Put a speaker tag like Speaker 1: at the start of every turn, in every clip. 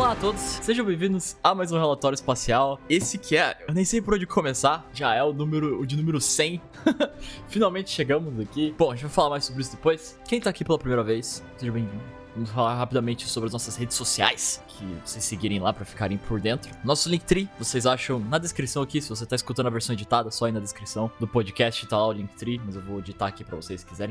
Speaker 1: Olá a todos, sejam bem-vindos a mais um relatório espacial. Esse que eu nem sei por onde começar, já é o de número 100. Finalmente chegamos aqui. Bom, a gente vai falar mais sobre isso depois. Quem tá aqui pela primeira vez, seja bem-vindo. Vamos falar rapidamente sobre as nossas redes sociais, que vocês seguirem lá pra ficarem por dentro. Nosso Linktree, vocês acham na descrição aqui, se você tá escutando a versão editada, só aí na descrição do podcast tá lá o Linktree, mas eu vou editar aqui pra vocês se quiserem.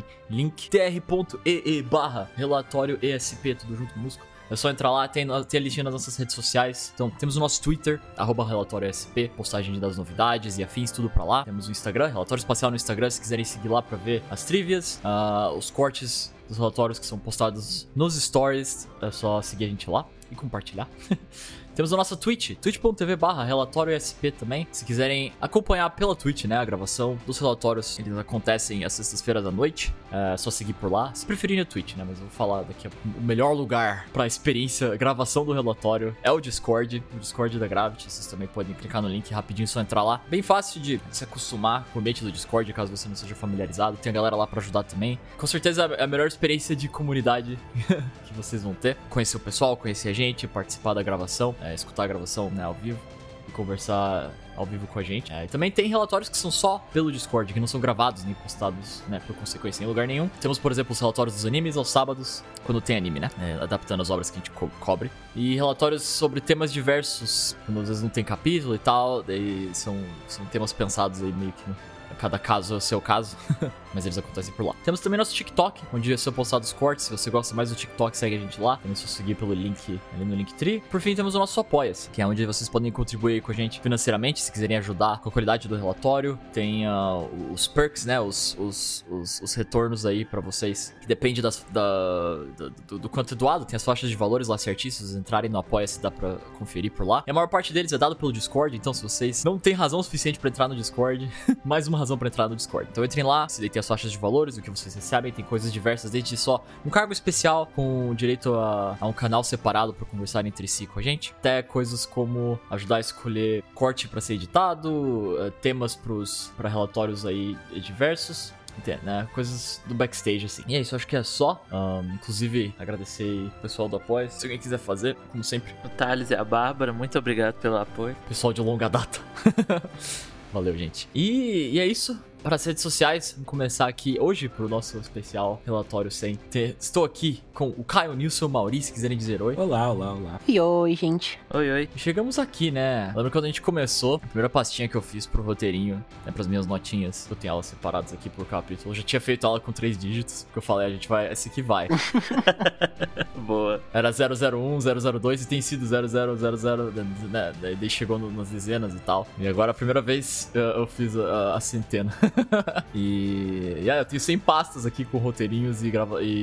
Speaker 1: linktr.ee/relatório ESP, tudo junto minúsculo. É só entrar lá, tem a listinha nas nossas redes sociais. Então, temos o nosso Twitter, @relatóriosp, postagem das novidades e afins, tudo pra lá. Temos o Instagram, Relatório Espacial no Instagram, se quiserem seguir lá pra ver as trivias, os cortes dos relatórios que são postados nos stories. É só seguir a gente lá e compartilhar. Temos a nossa Twitch, twitch.tv/relatóriosp também. Se quiserem acompanhar pela Twitch, né, a gravação dos relatórios, eles acontecem às sextas-feiras à noite. É só seguir por lá. Se preferirem a Twitch, né, mas eu vou falar daqui o melhor lugar pra experiência, gravação do relatório é o Discord da Gravity. Vocês também podem clicar no link rapidinho, só entrar lá. Bem fácil de se acostumar com o ambiente do Discord, caso você não seja familiarizado. Tem a galera lá pra ajudar também. Com certeza é a melhor experiência de comunidade que vocês vão ter. Conhecer o pessoal, conhecer a gente, participar da gravação. Escutar a gravação, né, ao vivo e conversar ao vivo com a gente. E também tem relatórios que são só pelo Discord, que não são gravados nem postados, né, por consequência, em lugar nenhum. Temos, por exemplo, os relatórios dos animes aos sábados, quando tem anime, né, adaptando as obras que a gente cobre. E relatórios sobre temas diversos, quando às vezes não tem capítulo e tal, daí são temas pensados aí meio que, né? Cada caso é o seu caso, mas eles acontecem por lá. Temos também nosso TikTok, onde são postados cortes. Se você gosta mais do TikTok, segue a gente lá. Também só seguir pelo link ali no Linktree. Por fim, temos o nosso Apoia-se, que é onde vocês podem contribuir com a gente financeiramente, se quiserem ajudar com a qualidade do relatório. Tem os perks, né, os retornos aí pra vocês, que depende do quanto é doado. Tem as faixas de valores lá certinhas. Se vocês entrarem no Apoia-se, dá pra conferir por lá. E a maior parte deles é dado pelo Discord, então se vocês não têm razão suficiente pra entrar no Discord, mais uma razão pra entrar no Discord. Então entrem lá, se tem as faixas de valores, o que vocês recebem, tem coisas diversas, desde só um cargo especial com direito a um canal separado pra conversar entre si com a gente, até coisas como ajudar a escolher corte pra ser editado, temas pra relatórios aí diversos. Entende, né? Coisas do backstage, assim. E é isso, acho que é só. Inclusive, agradecer o pessoal do apoio. Se alguém quiser fazer, como sempre.
Speaker 2: O Thales e a Bárbara, muito obrigado pelo apoio.
Speaker 1: Pessoal de longa data. Valeu, gente. E é isso. Para as redes sociais, vamos começar aqui hoje pro nosso especial Relatório 100. Estou aqui com o Caio, Nilson, Maurício, se quiserem dizer oi.
Speaker 3: Olá, olá, olá.
Speaker 4: E oi, gente.
Speaker 2: Oi.
Speaker 1: E chegamos aqui, né? Lembra quando a gente começou, a primeira pastinha que eu fiz pro roteirinho, né, pras minhas notinhas, eu tenho elas separadas aqui por capítulo. Eu já tinha feito ela com 3 dígitos, porque eu falei, essa aqui vai.
Speaker 2: Boa.
Speaker 1: Era 001, 002 e tem sido 0000, né? Daí chegou nas dezenas e tal. E agora a primeira vez eu fiz a centena. Eu tenho 100 pastas aqui com roteirinhos e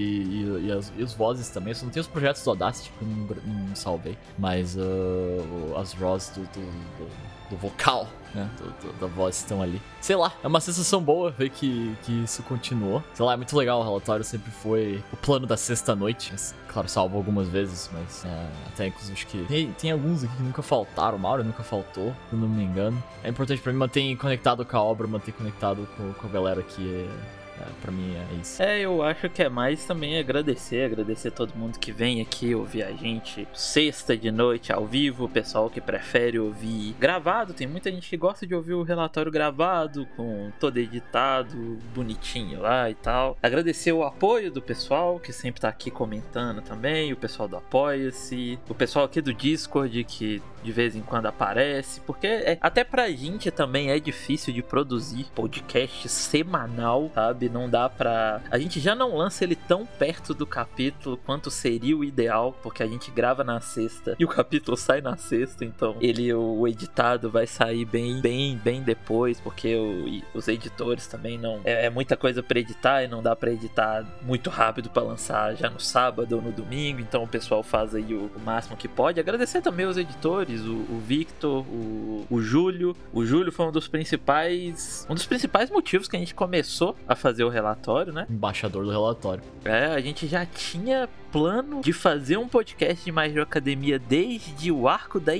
Speaker 1: as vozes também. Eu só não tenho os projetos do Audacity, porque eu não salvei. Mas as RAWs do vocal, né, da voz estão ali. Sei lá, é uma sensação boa ver que isso continuou. Sei lá, é muito legal, o relatório sempre foi o plano da sexta-noite. Claro, salvo algumas vezes, mas até inclusive acho que tem alguns aqui que nunca faltaram. O Mauro nunca faltou, se não me engano. É importante pra mim manter conectado com a obra, manter conectado com a galera que pra mim é isso.
Speaker 2: Eu acho que é mais também agradecer todo mundo que vem aqui ouvir a gente sexta de noite ao vivo, o pessoal que prefere ouvir gravado. Tem muita gente que gosta de ouvir o relatório gravado, com todo editado, bonitinho lá e tal. Agradecer o apoio do pessoal que sempre tá aqui comentando também, o pessoal do Apoia-se, o pessoal aqui do Discord que de vez em quando aparece, porque até pra gente também é difícil de produzir podcast semanal, sabe? Não dá pra... A gente já não lança ele tão perto do capítulo quanto seria o ideal, porque a gente grava na sexta e o capítulo sai na sexta, então o editado vai sair bem depois, porque os editores também não... É muita coisa pra editar e não dá pra editar muito rápido pra lançar já no sábado ou no domingo, então o pessoal faz aí o máximo que pode. Agradecer também aos editores, o Victor, o Júlio. O Júlio foi um dos principais motivos que a gente começou a fazer o relatório, né?
Speaker 1: Embaixador do relatório.
Speaker 2: A gente já tinha plano de fazer um podcast de My Hero Academia desde o arco da Yakuza.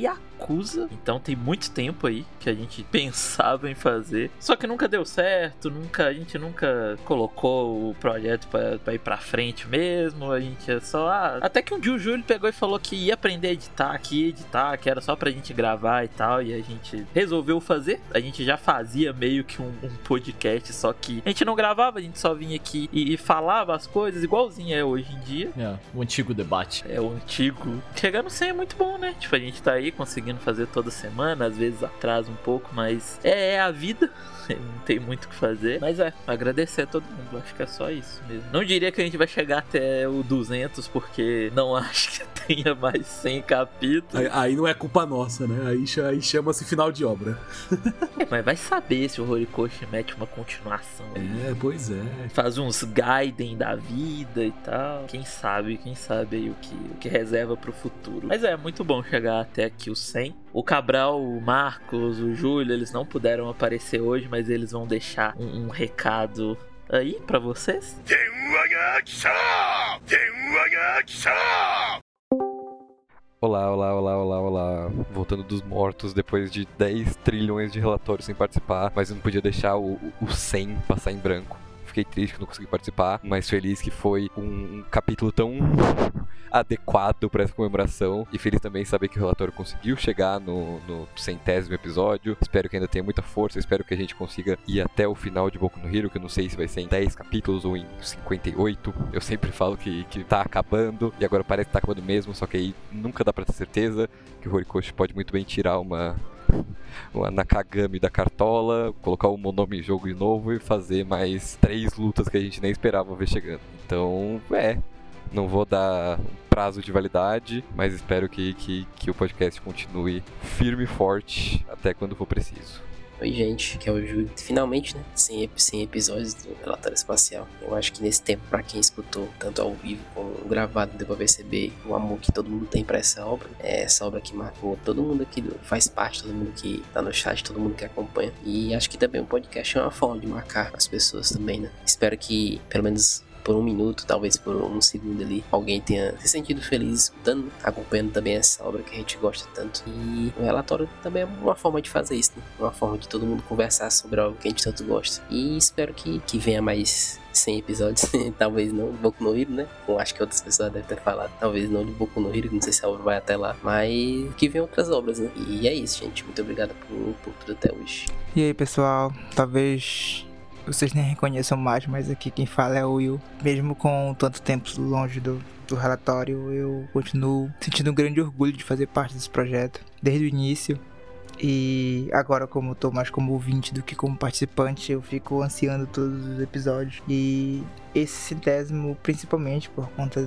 Speaker 2: Yakuza. Então tem muito tempo aí que a gente pensava em fazer. Só que nunca deu certo, a gente nunca colocou o projeto pra ir pra frente mesmo. A gente é só... até que um dia o Júlio pegou e falou que ia aprender a editar, que era só pra gente gravar e tal. E a gente resolveu fazer. A gente já fazia meio que um podcast, só que a gente não gravava, a gente só vinha aqui e falava as coisas igualzinho é hoje em dia.
Speaker 1: O antigo debate.
Speaker 2: O antigo. Chegar no 100 é muito bom, né? Tipo, a gente tá aí conseguindo fazer toda semana, às vezes atrasa um pouco, mas é a vida. Não tem muito o que fazer. Mas agradecer a todo mundo. Acho que é só isso mesmo. Não diria que a gente vai chegar até o 200, porque não acho que tenha mais 100 capítulos.
Speaker 3: Aí não é culpa nossa, né? Aí chama-se final de obra.
Speaker 2: Mas vai saber se o Horikoshi mete uma continuação.
Speaker 3: Pois é.
Speaker 2: Faz uns Gaiden da vida e tal. Quem sabe aí o que reserva pro futuro. Mas é muito bom chegar até aqui o 100. O Cabral, o Marcos, o Júlio, eles não puderam aparecer hoje, mas eles vão deixar um recado aí pra vocês.
Speaker 4: Olá. Voltando dos mortos depois de 10 trilhões de relatórios sem participar, mas eu não podia deixar o 100 passar em branco. Fiquei triste que não consegui participar, mas feliz que foi um capítulo tão adequado para essa comemoração. E feliz também saber que o relatório conseguiu chegar no 100º episódio. Espero que ainda tenha muita força, espero que a gente consiga ir até o final de Boku no Hero, que eu não sei se vai ser em 10 capítulos ou em 58. Eu sempre falo que tá acabando, e agora parece que tá acabando mesmo, só que aí nunca dá pra ter certeza que o Horikoshi pode muito bem tirar uma Nakagami da cartola, colocar o Monome em jogo de novo e fazer mais 3 lutas que a gente nem esperava ver chegando. Então, não vou dar prazo de validade, mas espero que o podcast continue firme e forte até quando for preciso.
Speaker 5: Oi, gente, que é o Júlio. Finalmente, né? 100 episódios do Relatório Espacial. Eu acho que nesse tempo, pra quem escutou, tanto ao vivo como gravado, deu pra perceber o amor que todo mundo tem pra essa obra. É essa obra que marcou todo mundo aqui, faz parte, todo mundo que tá no chat, todo mundo que acompanha. E acho que também o podcast é uma forma de marcar as pessoas também, né? Espero que, pelo menos por 1 minuto, talvez por 1 segundo ali, alguém tenha se sentido feliz escutando, acompanhando também essa obra que a gente gosta tanto. E o relatório também é uma forma de fazer isso, né? Uma forma de todo mundo conversar sobre algo que a gente tanto gosta. E espero que venha mais 100 episódios, talvez não do Boku no Hero, né? Eu acho que outras pessoas devem ter falado, talvez não do Boku no Hero, não sei se a obra vai até lá, mas que venham outras obras, né? E é isso, gente. Muito obrigado por tudo até hoje.
Speaker 6: E aí, pessoal, talvez vocês nem reconheçam mais, mas aqui quem fala é o Will. Mesmo com tanto tempo longe do relatório, eu continuo sentindo um grande orgulho de fazer parte desse projeto desde o início. E agora, como eu tô mais como ouvinte do que como participante, eu fico ansiando todos os episódios. E esse 100º, principalmente por conta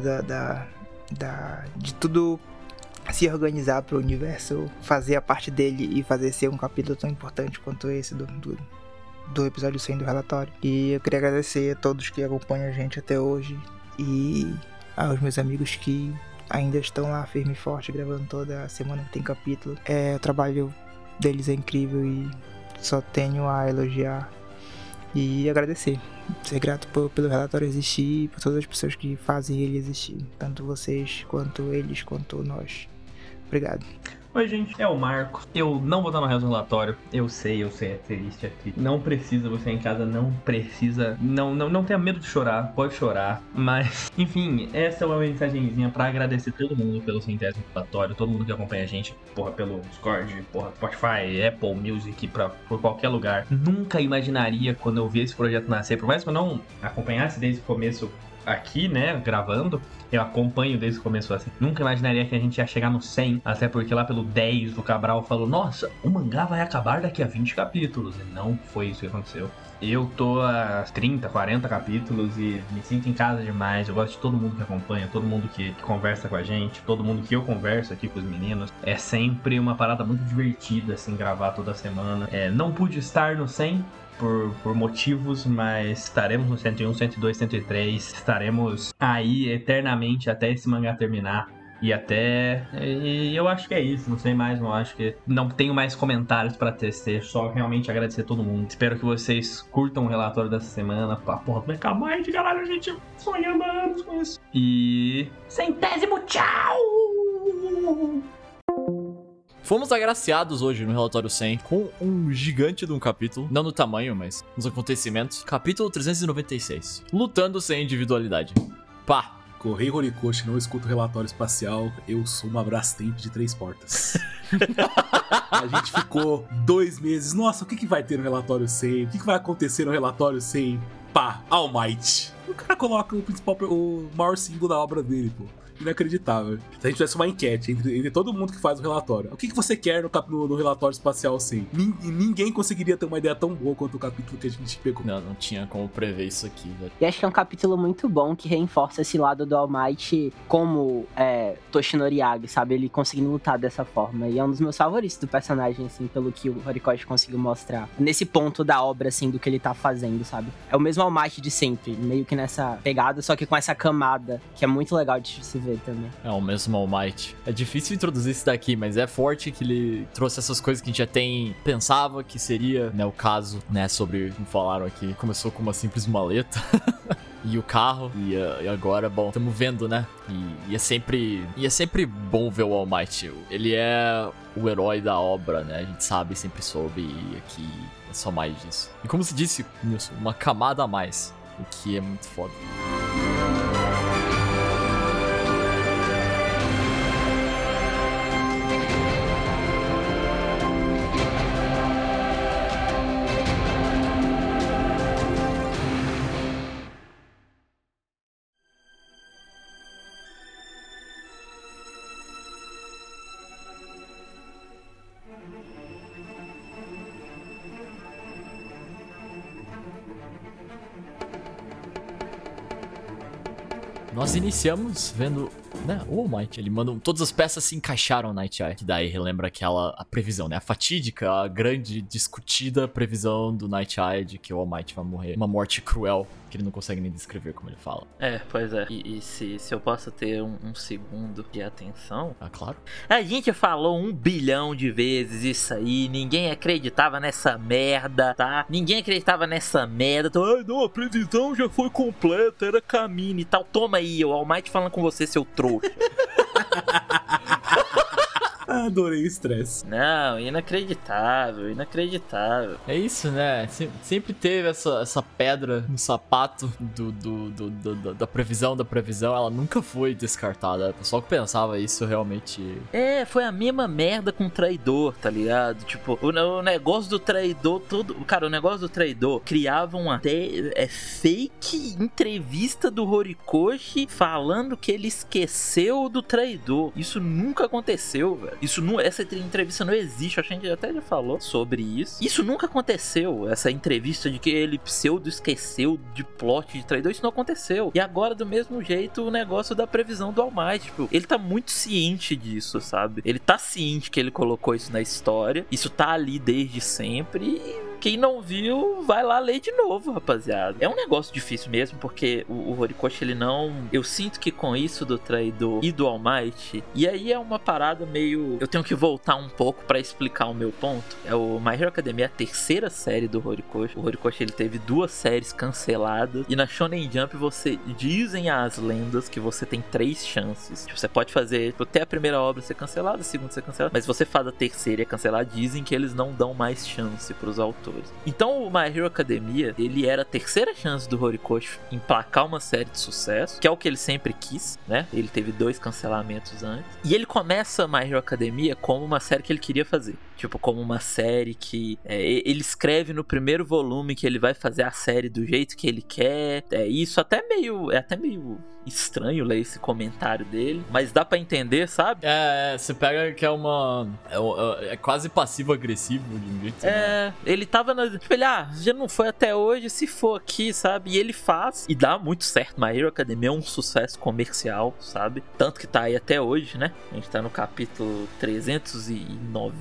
Speaker 6: de tudo se organizar para o universo, fazer a parte dele e fazer ser um capítulo tão importante quanto esse do episódio 100 do relatório. E eu queria agradecer a todos que acompanham a gente até hoje e aos meus amigos que ainda estão lá firme e forte, gravando toda semana que tem capítulo. O trabalho deles é incrível e só tenho a elogiar e agradecer. Ser grato pelo relatório existir e por todas as pessoas que fazem ele existir, tanto vocês, quanto eles, quanto nós. Obrigado.
Speaker 7: Oi, gente, é o Marcos. Eu não vou dar no resto do relatório. Eu sei, é triste aqui. Não precisa, você em casa não precisa. Não tenha medo de chorar, pode chorar. Mas, enfim, essa é uma mensagenzinha pra agradecer todo mundo pelo 100º relatório, todo mundo que acompanha a gente, pelo Discord, Spotify, Apple Music, por qualquer lugar. Nunca imaginaria quando eu vi esse projeto nascer, por mais que eu não acompanhasse desde o começo aqui, né, gravando, eu acompanho desde o começo assim. Nunca imaginaria que a gente ia chegar no 100, até porque lá pelo 10 o Cabral falou, nossa, o mangá vai acabar daqui a 20 capítulos. E não foi isso que aconteceu. Eu tô a 30, 40 capítulos e me sinto em casa demais. Eu gosto de todo mundo que acompanha, todo mundo que conversa com a gente, todo mundo que eu converso aqui com os meninos. É sempre uma parada muito divertida, assim, gravar toda semana. Não pude estar no 100, por motivos, mas estaremos no 101, 102, 103, estaremos aí eternamente até esse mangá terminar. E eu acho que é isso, não sei mais, não acho que não tenho mais comentários pra tecer, só realmente agradecer a todo mundo. Espero que vocês curtam o relatório dessa semana. Porra, vai acabar de caralho, a gente sonhando há anos com isso. E 100º, tchau!
Speaker 1: Fomos agraciados hoje no Relatório 100 com um gigante de um capítulo, não no tamanho, mas nos acontecimentos. Capítulo 396, lutando sem individualidade. Pá!
Speaker 3: Correio Horikoshi, não escuto relatório espacial, eu sou uma Brastemp de 3 portas. A gente ficou 2 meses, nossa, o que vai ter no relatório 100? O que vai acontecer no relatório 100? Pá, All Might. O cara coloca o maior símbolo da obra dele, pô. Inacreditável. Se a gente tivesse uma enquete entre todo mundo que faz o relatório, o que você quer no relatório espacial 100? Ninguém conseguiria ter uma ideia tão boa quanto o capítulo que a gente pegou.
Speaker 1: Não tinha como prever isso aqui, velho.
Speaker 8: E acho que é um capítulo muito bom que reforça esse lado do All Might como Toshinori Yagi, sabe? Ele conseguindo lutar dessa forma. E é um dos meus favoritos do personagem, assim, pelo que o Horikoshi conseguiu mostrar. Nesse ponto da obra, assim, do que ele tá fazendo, sabe? É o mesmo All Might de sempre, meio que nessa pegada, só que com essa camada, que é muito legal de se ver também.
Speaker 1: É o mesmo All Might. É difícil introduzir isso daqui, mas é forte que ele trouxe essas coisas que a gente já pensava que seria, né, o caso, né, sobre, como falaram aqui, começou com uma simples maleta. E o carro, e agora, bom, estamos vendo, né? E é sempre bom ver o All Might. Ele é o herói da obra, né? A gente sabe, sempre soube, e aqui é só mais disso. E como se disse, Nilson, uma camada a mais, o que é muito foda. Nós iniciamos vendo, né, o All Might. Ele manda, todas as peças se encaixaram na Night Eye, que daí relembra a previsão, né, a fatídica, a grande, discutida previsão do Night Eye de que o All Might vai morrer, uma morte cruel, que ele não consegue nem descrever como ele fala.
Speaker 2: Pois é. E se eu posso ter um segundo de atenção...
Speaker 1: Ah, claro.
Speaker 2: A gente falou 1 bilhão de vezes isso aí, ninguém acreditava nessa merda, tá? Ninguém acreditava nessa merda. Ai, não, a previsão já foi completa, era caminho e tal. Toma aí, o All Might falando com você, seu trouxa.
Speaker 3: Adorei o estresse.
Speaker 2: Não, inacreditável.
Speaker 1: É isso, né? Sempre teve essa pedra no sapato da previsão. Ela nunca foi descartada. O pessoal que pensava isso realmente...
Speaker 2: Foi a mesma merda com o traidor, tá ligado? Tipo, o negócio do traidor, Cara, o negócio do traidor criava uma fake entrevista do Horikoshi falando que ele esqueceu do traidor. Isso nunca aconteceu, velho. Essa entrevista não existe, acho que a gente até já falou sobre isso. Isso nunca aconteceu, essa entrevista de que ele pseudo esqueceu de plot de traidor, isso não aconteceu. E agora, do mesmo jeito, o negócio da previsão do All Might, tipo, ele tá muito ciente disso, sabe? Ele tá ciente que ele colocou isso na história, isso tá ali desde sempre e... Quem não viu, vai lá ler de novo, rapaziada. É um negócio difícil mesmo, porque o Horikoshi, ele não... Eu sinto que com isso do traidor e do All Might, e aí é uma parada meio... Eu tenho que voltar um pouco pra explicar o meu ponto. É o My Hero Academia, a 3ª série do Horikoshi. O Horikoshi, ele teve 2 séries canceladas, e na Shonen Jump dizem as lendas que você tem 3 chances. Tipo, você pode fazer, até a primeira obra ser cancelada, a segunda ser cancelada, mas se você faz a 3ª e é cancelada, dizem que eles não dão mais chance pros autores. Então o My Hero Academia, ele era a 3ª chance do Horikoshi emplacar uma série de sucesso, que é o que ele sempre quis, né? Ele teve 2 cancelamentos antes. E ele começa My Hero Academia como uma série que ele queria fazer. Tipo, como uma série que... ele escreve no primeiro volume que ele vai fazer a série do jeito que ele quer. Isso até meio estranho ler esse comentário dele, mas dá pra entender, sabe?
Speaker 1: Você pega que é quase passivo-agressivo de um jeito.
Speaker 2: Né? Ele tava tipo, ele, já não foi até hoje, se for aqui, sabe? E ele faz, e dá muito certo. My Hero Academia é um sucesso comercial, sabe? Tanto que tá aí até hoje, né? A gente tá no capítulo 390 e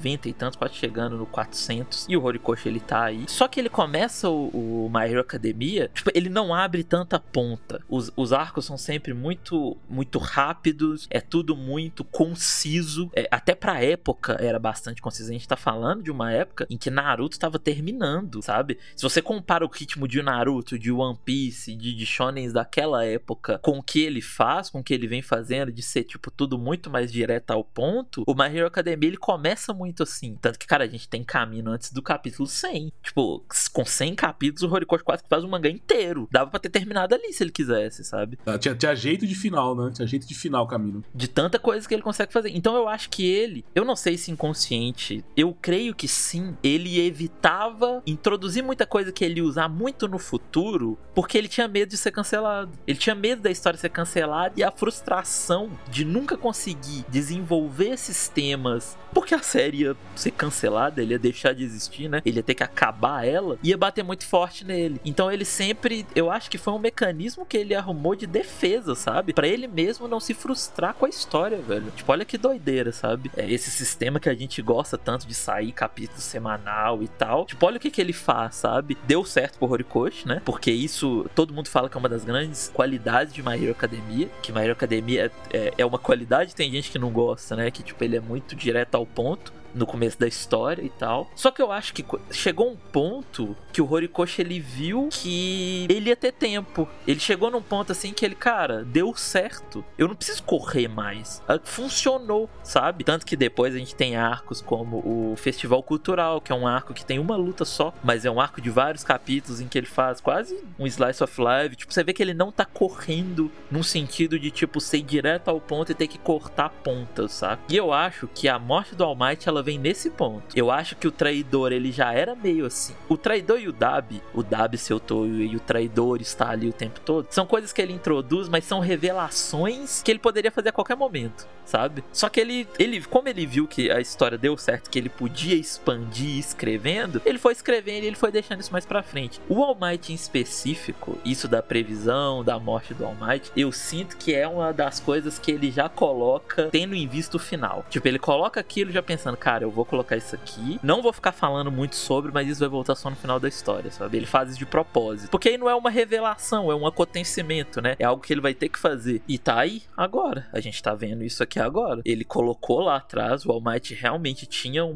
Speaker 2: tantos, quase chegando no 400. E o Horikoshi, ele tá aí. Só que ele começa o My Hero Academia, tipo, ele não abre tanta ponta. Os arcos são sempre muito, muito rápidos, é tudo muito conciso. Até pra época era bastante conciso. A gente tá falando de uma época em que Naruto tava terminando, sabe? Se você compara o ritmo de Naruto, de One Piece, de shonens daquela época, com o que ele faz, com o que ele vem fazendo, de ser, tipo, tudo muito mais direto ao ponto, o My Hero Academia, ele começa muito assim. Tanto que, cara, a gente tem caminho antes do capítulo 100. Tipo, com 100 capítulos, o Horikoshi quase que faz um mangá inteiro. Dava pra ter terminado ali se ele quisesse, sabe?
Speaker 3: Tinha jeito de final, né? Tinha jeito de final, Camino.
Speaker 2: De tanta coisa que ele consegue fazer. Então eu acho que ele, eu não sei se inconsciente, eu creio que sim, ele evitava introduzir muita coisa que ele ia usar muito no futuro, porque ele tinha medo de ser cancelado. Ele tinha medo da história ser cancelada e a frustração de nunca conseguir desenvolver esses temas, porque a série ia ser cancelada, ele ia deixar de existir, né? Ele ia ter que acabar ela, ia bater muito forte nele. Então ele sempre, eu acho que foi um mecanismo que ele arrumou de defesa, sabe? Pra ele mesmo não se frustrar com a história, velho. Tipo, olha que doideira, sabe? Esse sistema que a gente gosta tanto de sair capítulo semanal e tal. Tipo, olha o que ele faz, sabe? Deu certo pro Horikoshi, né? Porque isso, todo mundo fala que é uma das grandes qualidades de My Hero Academia, que My Hero Academia é uma qualidade, tem gente que não gosta, né? Que, tipo, ele é muito direto ao ponto no começo da história e tal. Só que eu acho que chegou um ponto que o Horikoshi, ele viu que ele ia ter tempo. Ele chegou num ponto assim que ele, cara, deu certo. Eu não preciso correr mais. Funcionou, sabe? Tanto que depois a gente tem arcos como o Festival Cultural, que é um arco que tem uma luta só, mas é um arco de vários capítulos em que ele faz quase um slice of life. Tipo, você vê que ele não tá correndo num sentido de, tipo, ser direto ao ponto e ter que cortar pontas, sabe? E eu acho que a morte do All Might, ela vem nesse ponto. Eu acho que o traidor, ele já era meio assim. O traidor e o Dabi seu Toyo e o traidor está ali o tempo todo, são coisas que ele introduz, mas são revelações que ele poderia fazer a qualquer momento, sabe? Só que ele como ele viu que a história deu certo, que ele podia expandir escrevendo, ele foi escrevendo e ele foi deixando isso mais pra frente. O All Might em específico, isso da previsão da morte do All Might, eu sinto que é uma das coisas que ele já coloca tendo em vista o final. Tipo, ele coloca aquilo já pensando, cara, eu vou colocar isso aqui, não vou ficar falando muito sobre, mas isso vai voltar só no final da história, sabe? Ele faz isso de propósito. Porque aí não é uma revelação, é um acontecimento, né? É algo que ele vai ter que fazer. E tá aí agora. A gente tá vendo isso aqui agora. Ele colocou lá atrás, o All Might realmente tinha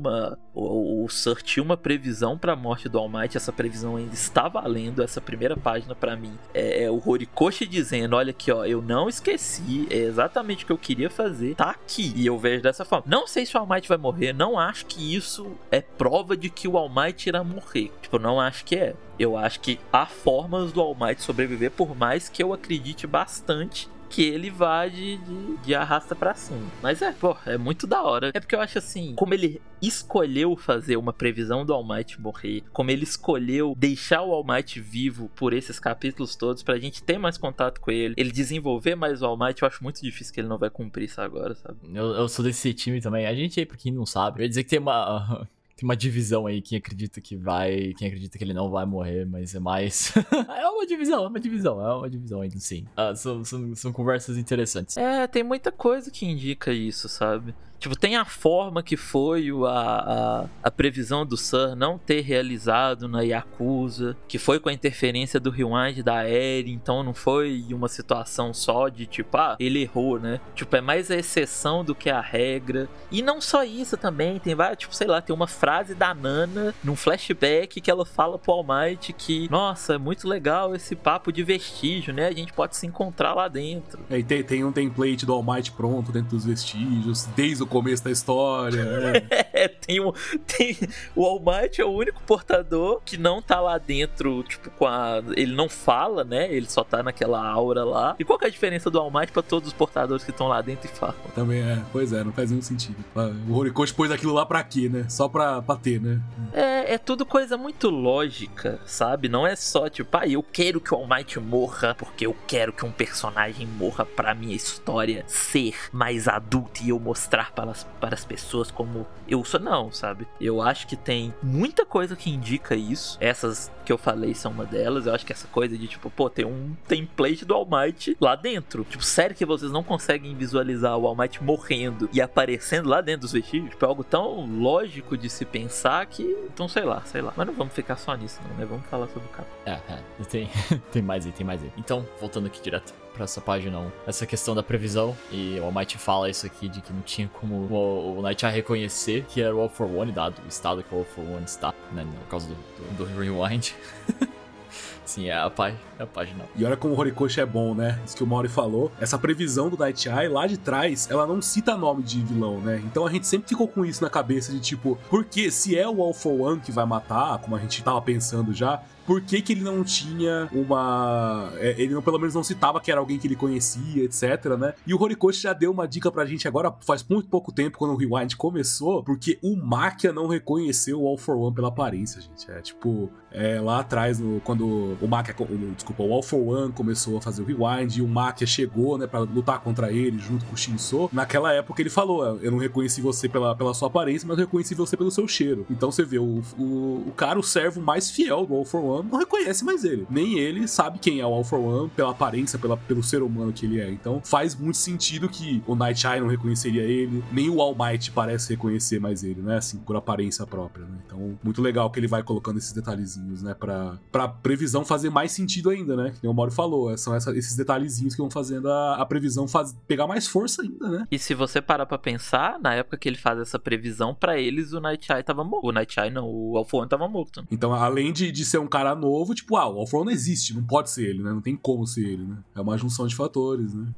Speaker 2: o Sir tinha uma previsão pra morte do All Might. Essa previsão ainda está valendo. Essa primeira página pra mim é o Horikoshi dizendo, olha aqui, ó, eu não esqueci, é exatamente o que eu queria fazer, tá aqui. E eu vejo dessa forma. Não sei se o All Might vai morrer, não acho que isso é prova de que o All Might irá morrer. Tipo, não acho que é. Eu acho que há formas do All Might sobreviver, por mais que eu acredite bastante que ele vá de arrasta pra cima. Mas é muito da hora. É porque eu acho assim, como ele escolheu fazer uma previsão do All Might morrer, como ele escolheu deixar o All Might vivo por esses capítulos todos, pra gente ter mais contato com ele desenvolver mais o All Might, eu acho muito difícil que ele não vai cumprir isso agora, sabe?
Speaker 1: Eu sou desse time também. A gente aí, pra quem não sabe, eu ia dizer que tem uma divisão aí, quem acredita que vai, quem acredita que ele não vai morrer, mas é mais... é uma divisão ainda, sim. São conversas interessantes.
Speaker 2: Tem muita coisa que indica isso, sabe? Tipo, tem a forma que foi a previsão do Sir não ter realizado na Yakuza, que foi com a interferência do Rewind da Eri, então não foi uma situação só de tipo, ele errou, né? Tipo, é mais a exceção do que a regra. E não só isso também, tem várias, tipo, sei lá, tem uma frase da Nana num flashback que ela fala pro All Might que, nossa, é muito legal esse papo de vestígio, né? A gente pode se encontrar lá dentro.
Speaker 3: E tem um template do All Might pronto dentro dos vestígios, desde o começo da história, né?
Speaker 2: O All Might é o único portador que não tá lá dentro, tipo, ele não fala, né? Ele só tá naquela aura lá. E qual que é a diferença do All Might pra todos os portadores que estão lá dentro e falam?
Speaker 3: Também pois não faz nenhum sentido. O Horikoshi pôs aquilo lá pra quê, né? Só pra ter, né?
Speaker 2: É tudo coisa muito lógica, sabe? Não é só tipo, eu quero que o All Might morra porque eu quero que um personagem morra pra minha história ser mais adulta e eu mostrar para as pessoas como eu força, não, sabe? Eu acho que tem muita coisa que indica isso. Essas que eu falei são uma delas. Eu acho que essa coisa de, tipo, pô, tem um template do All Might lá dentro. Tipo, sério que vocês não conseguem visualizar o All Might morrendo e aparecendo lá dentro dos vestígios? Tipo, é algo tão lógico de se pensar que... Então, sei lá. Mas não vamos ficar só nisso, não, né? Vamos falar sobre o cara.
Speaker 1: Tem mais aí. Então, voltando aqui direto pra essa página 1, essa questão da previsão, e o All Might fala isso aqui, de que não tinha como o Nighteye reconhecer que era o All for One, dado o estado que o All for One está, né, por causa do Rewind. Sim, é a página.
Speaker 3: E olha como o Horikoshi é bom, né? Isso que o Mauri falou. Essa previsão do Nighteye, lá de trás, ela não cita nome de vilão, né? Então a gente sempre ficou com isso na cabeça de tipo, porque se é o All for One que vai matar, como a gente tava pensando já, por que ele não tinha uma... Ele não, pelo menos não citava que era alguém que ele conhecia, etc, né? E o Horikoshi já deu uma dica pra gente agora, faz muito pouco tempo, quando o Rewind começou, porque o Makia não reconheceu o All for One pela aparência, gente. É tipo, lá atrás, quando o Makia... Desculpa, o All for One começou a fazer o Rewind e o Makia chegou, né, pra lutar contra ele junto com o Shinso. Naquela época ele falou, eu não reconheci você pela sua aparência, mas eu reconheci você pelo seu cheiro. Então você vê, o cara, o servo mais fiel do All for One, não reconhece mais ele. Nem ele sabe quem é o All for One pela aparência, pelo ser humano que ele é. Então faz muito sentido que o Nighteye não reconheceria ele, nem o All Might parece reconhecer mais ele, né? Assim, por aparência própria, né? Então, muito legal que ele vai colocando esses detalhezinhos, né? Pra previsão fazer mais sentido ainda, né? Que o Mauro falou, são esses detalhezinhos que vão fazendo a previsão pegar mais força ainda, né?
Speaker 2: E se você parar pra pensar, na época que ele faz essa previsão, pra eles o Nighteye tava morto. O Nighteye não, o All for One tava morto.
Speaker 3: Então, além de ser um cara novo, tipo, o All for One não existe, não pode ser ele, né? Não tem como ser ele, né? É uma junção de fatores, né?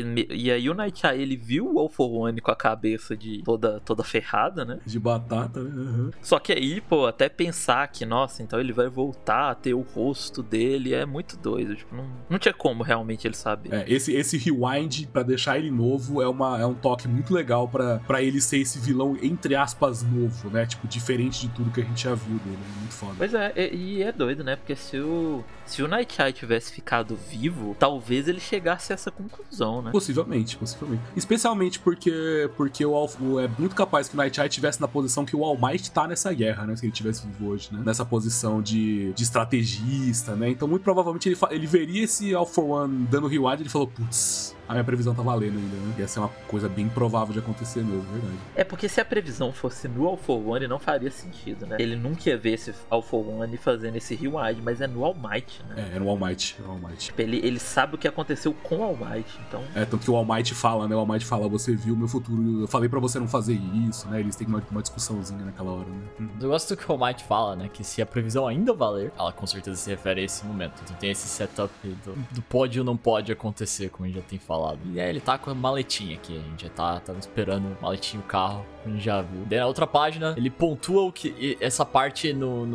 Speaker 2: E aí o Nighteye, ele viu o All for One com a cabeça de toda ferrada, né?
Speaker 3: De batata, né? Uhum.
Speaker 2: Só que aí, pô, até pensar que, nossa, então ele vai voltar a ter o rosto dele é muito doido. Tipo, não tinha como realmente ele saber.
Speaker 3: Esse rewind, pra deixar ele novo, é um toque muito legal pra ele ser esse vilão, entre aspas, novo, né? Tipo, diferente de tudo que a gente já viu dele. É muito foda.
Speaker 2: Pois é, e é doido, né? Porque se o Nighteye tivesse ficado vivo, talvez ele chegasse a essa conclusão, né?
Speaker 3: Possivelmente. Especialmente porque é muito capaz que o Nighteye estivesse na posição que o All Might tá nessa guerra, né? Se ele tivesse vivo hoje, né? Nessa posição de estrategista, né? Então, muito provavelmente, ele veria esse All for One dando rewind e ele falou, putz, a minha previsão tá valendo ainda, né? Ia ser uma coisa bem provável de acontecer mesmo, verdade.
Speaker 2: É porque se a previsão fosse no All for One, não faria sentido, né? Ele nunca ia ver esse All for One fazendo esse rewind, mas é no All Might, né?
Speaker 3: É no All Might.
Speaker 2: Tipo, ele sabe o que aconteceu com o All Might, então...
Speaker 3: Tanto que o All Might fala, né? O All Might fala, você viu o meu futuro, eu falei pra você não fazer isso, né? Eles têm uma discussãozinha naquela hora, né?
Speaker 1: Eu gosto do que o All Might fala, né? Que se a previsão ainda valer, ela com certeza se refere a esse momento. Então tem esse setup do pode ou não pode acontecer, como a gente já tem falado. E aí ele tá com a maletinha aqui, a gente já tava esperando o maletinho, o carro, a gente já viu. Daí na outra página, ele pontua o que essa parte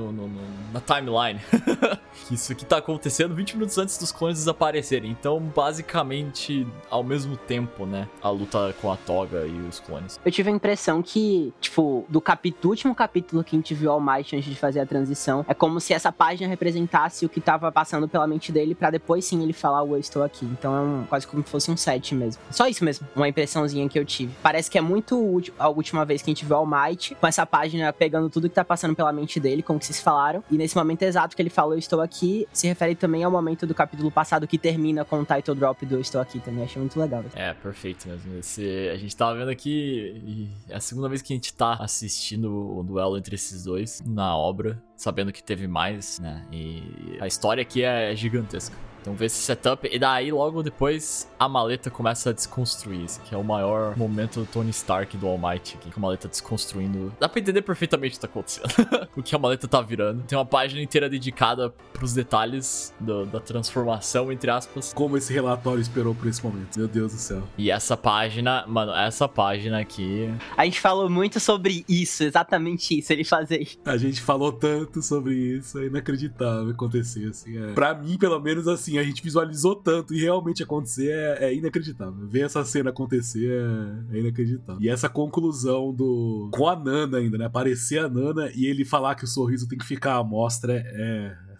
Speaker 1: na timeline. Que isso aqui tá acontecendo 20 minutos antes dos clones desaparecerem. Então, basicamente, ao mesmo tempo, né? A luta com a Toga e os clones.
Speaker 8: Eu tive a impressão que, tipo, do último capítulo que a gente viu All Might antes de fazer a transição, é como se essa página representasse o que tava passando pela mente dele pra depois sim ele falar, eu estou aqui. Então é quase como se fosse um set mesmo. Só isso mesmo, uma impressãozinha que eu tive. Parece que é muito a última vez que a gente viu All Might, com essa página pegando tudo que tá passando pela mente dele, como que vocês falaram. E nesse momento exato que ele falou, eu estou aqui, se refere também ao momento do capítulo passado que termina com o title drop do Eu Estou Aqui também. Achei muito legal.
Speaker 1: Perfeito mesmo. A gente tava vendo aqui, e é a segunda vez que a gente tá assistindo o duelo entre esses dois na obra, sabendo que teve mais, né? E a história aqui é gigantesca. Então vê esse setup, e daí logo depois a maleta começa a desconstruir. Esse que é o maior momento do Tony Stark do All Might aqui, com a maleta desconstruindo. Dá pra entender perfeitamente o que tá acontecendo. O que a maleta tá virando. Tem uma página inteira dedicada pros detalhes da transformação, entre aspas.
Speaker 3: Como esse relatório esperou por esse momento, meu Deus do céu.
Speaker 1: E essa página, mano, essa página aqui...
Speaker 8: A gente falou muito sobre isso, exatamente isso, ele fazer.
Speaker 3: A gente falou tanto sobre isso, é inacreditável acontecer, assim. Pra mim, pelo menos, assim, a gente visualizou tanto e realmente acontecer é inacreditável. Ver essa cena acontecer é inacreditável. E essa conclusão com a Nana ainda, né? Aparecer a Nana e ele falar que o sorriso tem que ficar à mostra é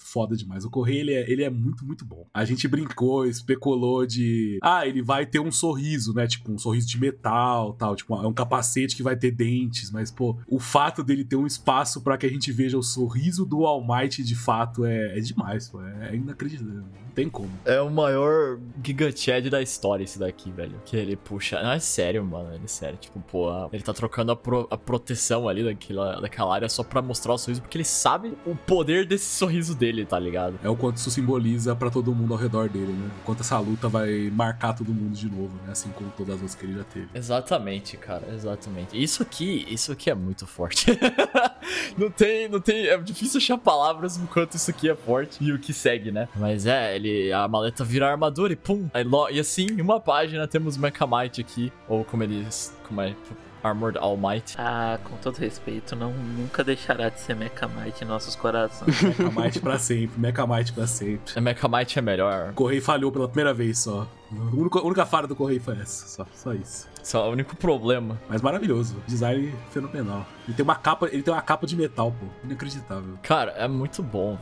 Speaker 3: foda demais. O Correia, ele é muito, muito bom. A gente brincou, especulou de... ele vai ter um sorriso, né? Tipo, um sorriso de metal, tal. Tipo, é um capacete que vai ter dentes. Mas, pô, o fato dele ter um espaço pra que a gente veja o sorriso do All Might, de fato, é demais, pô. É inacreditável. Não tem como.
Speaker 1: É o maior Giga Chad da história esse daqui, velho. Que ele puxa... Não, é sério, mano. É sério. Tipo, pô, ele tá trocando a proteção ali daquela área só pra mostrar o sorriso, porque ele sabe o poder desse sorriso dele, tá ligado?
Speaker 3: É o quanto isso simboliza pra todo mundo ao redor dele, né? O quanto essa luta vai marcar todo mundo de novo, né? Assim como todas as outras que ele já teve.
Speaker 1: Exatamente, cara. Exatamente. Isso aqui é muito forte. não tem... É difícil achar palavras do quanto isso aqui é forte e o que segue, né? Mas a maleta vira armadura e pum. E assim, em uma página temos Mecha Might aqui, ou como é... Armored All Might.
Speaker 2: Com todo respeito, nunca deixará de ser Mecha Might em nossos corações.
Speaker 3: Mecha Might pra sempre, Mecha Might pra sempre.
Speaker 1: Mecha Might é melhor.
Speaker 3: O Correio falhou pela primeira vez só. A única falha do Correio foi essa, só isso.
Speaker 1: Só o único problema.
Speaker 3: Mas maravilhoso, design fenomenal. Ele tem uma capa de metal, pô, inacreditável.
Speaker 1: Cara, é muito bom,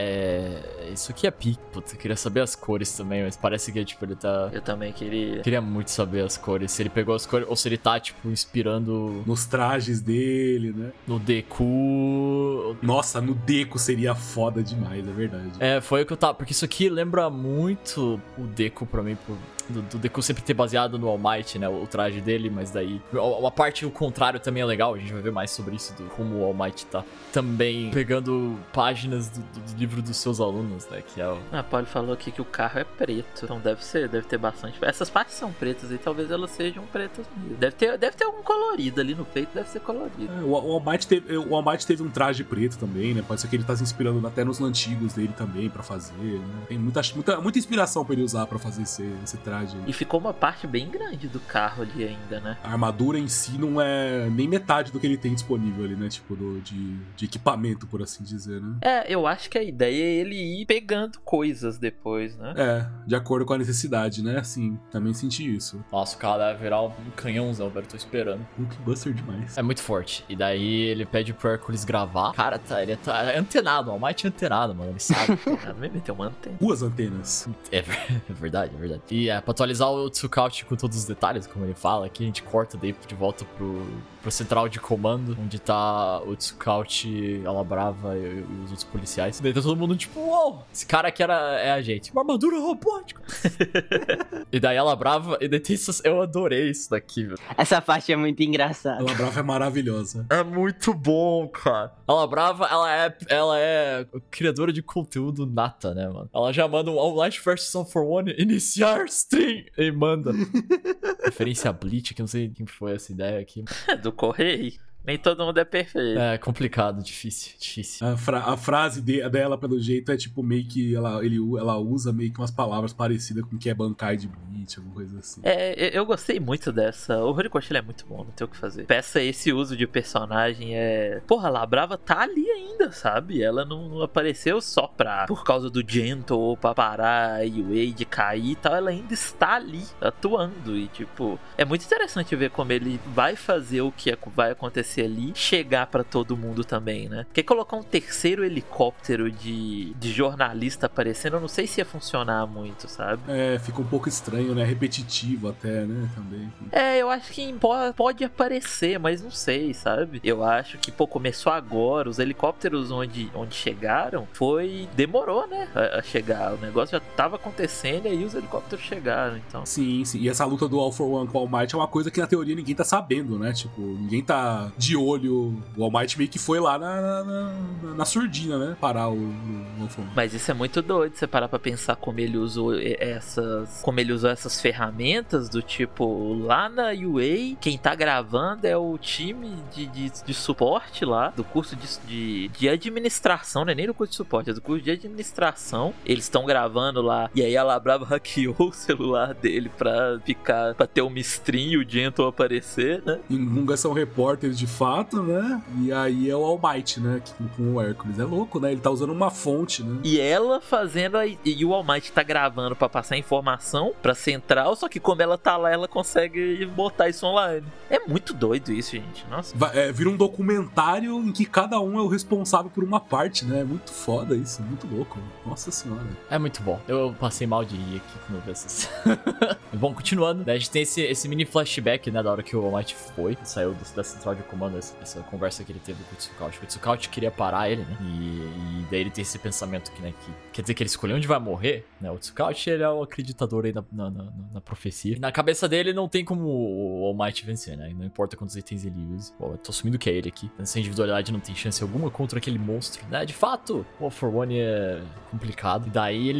Speaker 1: velho. Isso aqui é pique, puta. Eu queria saber as cores também, mas parece que, tipo, ele tá...
Speaker 2: Eu também queria.
Speaker 1: Queria muito saber as cores. Se ele pegou as cores, ou se ele tá, tipo, inspirando...
Speaker 3: Nos trajes dele, né?
Speaker 1: No Deku...
Speaker 3: Nossa, no Deku seria foda demais, é verdade.
Speaker 1: Foi o que eu tava... Porque isso aqui lembra muito o Deku pra mim, do Deku sempre ter baseado no All Might, né? O traje dele, mas daí... Uma parte, o contrário, também é legal. A gente vai ver mais sobre isso, como o All Might tá também pegando páginas do livro dos seus alunos, né? Que é o...
Speaker 2: A Polly falou aqui que o carro é preto, então deve ter bastante... Essas partes são pretas e talvez elas sejam pretas mesmo. Deve ter algum colorido ali no peito, deve ser colorido.
Speaker 3: O All Might teve um traje preto também, né? Pode ser que ele tá se inspirando até nos antigos dele também pra fazer, né? Tem muita inspiração pra ele usar pra fazer esse traje.
Speaker 2: E ficou uma parte bem grande do carro ali ainda, né?
Speaker 3: A armadura em si não é nem metade do que ele tem disponível ali, né? Tipo, de equipamento, por assim dizer, né?
Speaker 2: Eu acho que a ideia é ele ir pegando coisas depois, né?
Speaker 3: De acordo com a necessidade, né? Sim, também senti isso.
Speaker 1: Nossa, o cara deve virar um canhãozão, velho. Tô esperando.
Speaker 3: Hulkbuster demais.
Speaker 1: É muito forte. E daí ele pede pro Hércules gravar. Cara, ele tá antenado. O All Might é antenado, mano. Ele sabe.
Speaker 2: Vai meter uma antena.
Speaker 3: 2 antenas.
Speaker 1: É verdade, é verdade. E pra atualizar o Tsukauchi com todos os detalhes, como ele fala, aqui a gente corta daí de volta pro central de comando, onde tá o Tsukauchi, a Labrava e os outros policiais. Daí tá todo mundo tipo, uou, esse cara aqui é a gente. Uma armadura robótica. E daí a Labrava, e daí tem isso, eu adorei isso daqui, velho.
Speaker 8: Essa parte é muito engraçada.
Speaker 3: A Labrava é maravilhosa.
Speaker 1: É muito bom, cara. A Labrava, ela é criadora de conteúdo nata, né, mano? Ela já manda um All Might vs. All for One, iniciar stream, e manda. Referência a Bleach, que eu não sei quem foi essa ideia aqui.
Speaker 2: Do Correio. Nem todo mundo é perfeito.
Speaker 1: É complicado, difícil.
Speaker 3: A frase dela, pelo jeito, é tipo meio que ela usa meio que umas palavras parecidas com o que é Bankai de Bleach, alguma coisa assim.
Speaker 2: Eu gostei muito dessa. O Horikoshi é muito bom, não tem o que fazer. Peça esse uso de personagem Porra, a Labrava tá ali ainda, sabe? Ela não apareceu só por causa do Gentle ou pra parar a Yue de cair e tal. Ela ainda está ali, atuando. E, tipo, é muito interessante ver como ele vai fazer o que vai acontecer ali, chegar pra todo mundo também, né? Porque colocar um terceiro helicóptero de jornalista aparecendo, eu não sei se ia funcionar muito, sabe?
Speaker 3: Fica um pouco estranho, né? Repetitivo até, né? Também.
Speaker 2: Eu acho que pode aparecer, mas não sei, sabe? Eu acho que, começou agora, os helicópteros onde chegaram, demorou, né? A chegar. O negócio já tava acontecendo e aí os helicópteros chegaram, então.
Speaker 3: Sim. E essa luta do All for One com o All Might é uma coisa que na teoria ninguém tá sabendo, né? Tipo, ninguém tá de olho. O All Might meio que foi lá na surdina, né? Parar o All for One.
Speaker 2: Mas isso é muito doido, você parar pra pensar como ele usou essas ferramentas do tipo, lá na UA, quem tá gravando é o time de suporte lá, do curso de administração, não é nem do curso de suporte, é do curso de administração. Eles estão gravando lá, e aí a Labrava hackeou o celular dele pra ter uma stream e o Gentle aparecer, né?
Speaker 3: E nunca são repórteres de fato, né? E aí é o All Might, né? Com o Hércules. É louco, né? Ele tá usando uma fonte, né?
Speaker 2: E ela fazendo e o All Might tá gravando pra passar informação pra central, só que como ela tá lá, ela consegue botar isso online. É muito doido isso, gente. Nossa.
Speaker 3: Vira um documentário em que cada um é o responsável por uma parte, né? É muito foda isso, muito louco. Nossa senhora.
Speaker 1: É muito bom. Eu passei mal de rir aqui quando eu vi essas. Bom, continuando, né, a gente tem esse mini flashback, né, da hora que o All Might saiu da central de comando, essa conversa que ele teve com o Tsukauchi. O Tsukauchi queria parar ele, né, e daí ele tem esse pensamento que, né, que quer dizer que ele escolheu onde vai morrer, né, o Tsukauchi, ele é o acreditador aí na profecia. E na cabeça dele não tem como o All Might vencer, né, não importa quantos itens ele use. Pô, eu tô assumindo que é ele aqui. Essa individualidade não tem chance alguma contra aquele monstro, né, de fato, o All for One é complicado. E daí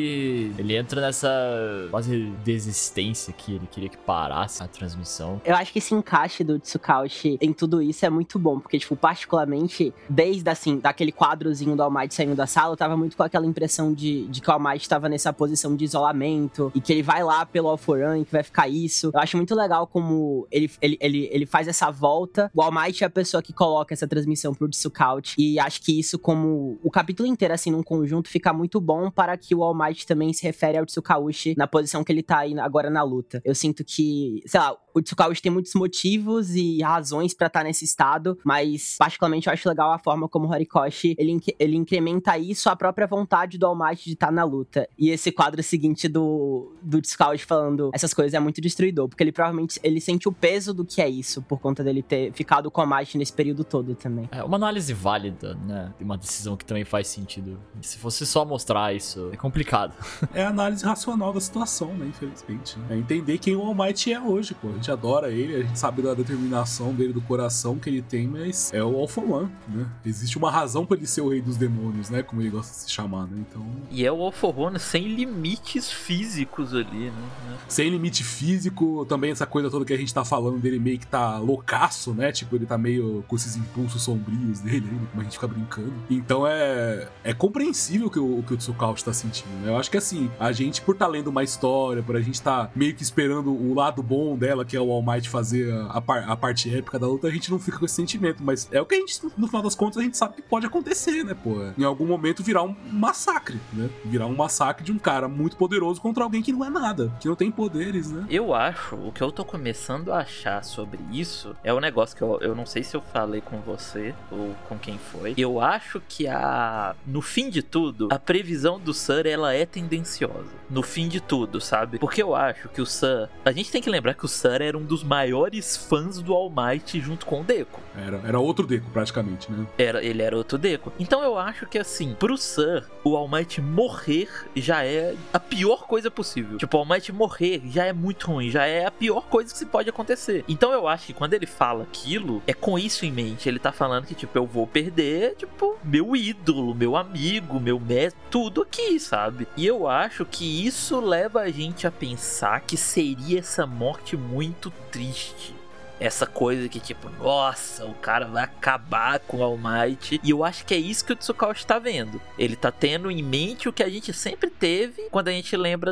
Speaker 1: ele entra nessa quase desistência que ele queria que parasse a transmissão.
Speaker 8: Eu acho que esse encaixe do Tsukauchi em tudo isso é muito bom, porque, tipo, particularmente, desde, assim, daquele quadrozinho do All Might saindo da sala, eu tava muito com aquela impressão de que o All Might tava nessa posição de isolamento, e que ele vai lá pelo All for One, que vai ficar isso. Eu acho muito legal como ele faz essa volta. O All Might é a pessoa que coloca essa transmissão pro Tsukauchi, e acho que isso, como o capítulo inteiro, assim, num conjunto, fica muito bom para que o All Might também se refere ao Tsukauchi na posição que ele tá aí agora na luta. Eu sinto que, sei lá, o Tsukauchi tem muitos motivos e razões pra estar nesse estado, mas particularmente eu acho legal a forma como o Horikoshi, ele incrementa isso à própria vontade do All Might de estar na luta. E esse quadro seguinte do Tsukauchi falando essas coisas é muito destruidor, porque ele provavelmente ele sente o peso do que é isso, por conta dele ter ficado com o All Might nesse período todo também.
Speaker 1: É uma análise válida, né? Uma decisão que também faz sentido. E se fosse só mostrar isso, é complicado.
Speaker 3: É a análise racional da situação, né? Infelizmente. Né? É entender quem o All Might é hoje, pô. A gente adora ele, a gente sabe da determinação dele, do coração que ele tem, mas é o All for One, né? Existe uma razão pra ele ser o rei dos demônios, né? Como ele gosta de se chamar, né? Então...
Speaker 2: E é o All for One sem limites físicos ali, né?
Speaker 3: Sem limite físico, também essa coisa toda que a gente tá falando dele meio que tá loucaço, né? Tipo, ele tá meio com esses impulsos sombrios dele, como a gente fica brincando. Então é compreensível o que o Tsukauchi tá sentindo, né? Eu acho que assim, a gente, por tá lendo uma história, por a gente tá meio que esperando o lado bom dela, que é o All Might fazer a parte épica da luta, a gente não fica com esse sentimento, mas é o que a gente, no final das contas, a gente sabe que pode acontecer, né, pô? Em algum momento virar um massacre, né? Virar um massacre de um cara muito poderoso contra alguém que não é nada, que não tem poderes, né?
Speaker 2: Eu acho, o que eu tô começando a achar sobre isso é um negócio que eu não sei se eu falei com você ou com quem foi. Eu acho que no fim de tudo, a previsão do Sur, ela é tendenciosa. No fim de tudo, sabe? Porque eu acho que o Sur... A gente tem que lembrar que o Sur era um dos maiores fãs do All Might junto com o Deku.
Speaker 3: Era outro Deku, praticamente, né?
Speaker 2: Ele era outro Deku. Então eu acho que, assim, pro Sur, o All Might morrer já é a pior coisa possível. Tipo, o All Might morrer já é muito ruim, já é a pior coisa que se pode acontecer. Então eu acho que quando ele fala aquilo, é com isso em mente. Ele tá falando que, tipo, eu vou perder, tipo, meu ídolo, meu amigo, meu mestre, tudo aqui, sabe? E eu acho que isso leva a gente a pensar que seria essa morte muito triste. Essa coisa que, tipo, nossa, o cara vai acabar com o All Might. E eu acho que é isso que o Tsukauchi tá vendo. Ele tá tendo em mente o que a gente sempre teve quando a gente lembra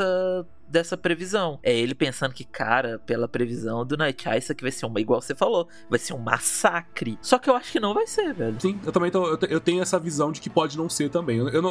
Speaker 2: dessa previsão. É ele pensando que, cara, pela previsão do Night Eye, isso aqui vai ser igual você falou, vai ser um massacre. Só que eu acho que não vai ser, velho.
Speaker 3: Sim, eu também eu tenho essa visão de que pode não ser também. Eu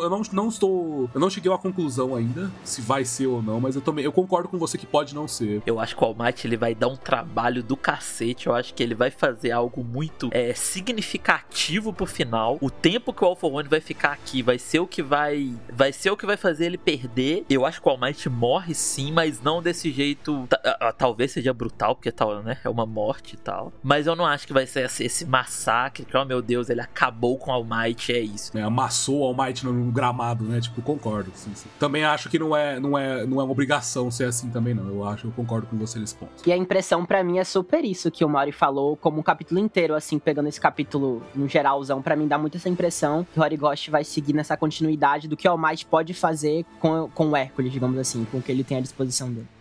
Speaker 3: não cheguei a uma conclusão ainda se vai ser ou não, mas eu concordo com você que pode não ser.
Speaker 2: Eu acho que o All Might, ele vai dar um trabalho do cacete. Eu acho que ele vai fazer algo muito significativo pro final. O tempo que o All for One vai ficar aqui vai ser o que vai fazer ele perder. Eu acho que o All Might morre sim, mas não desse jeito. Talvez seja brutal, porque tal, né? É uma morte e tal. Mas eu não acho que vai ser esse massacre. Que, oh meu Deus, ele acabou com o All Might, é isso.
Speaker 3: Amassou o All Might no gramado, né? Tipo, concordo. Sim. Também acho que não é uma obrigação ser assim também, não. Eu concordo com você nesse ponto.
Speaker 8: E a impressão pra mim é super isso que o Mori falou, como um capítulo inteiro, assim, pegando esse capítulo no geralzão, pra mim dá muito essa impressão que o Horikoshi vai seguir nessa continuidade do que o All Might pode fazer com o Hércules, digamos assim, com o que ele tem à disposição dele.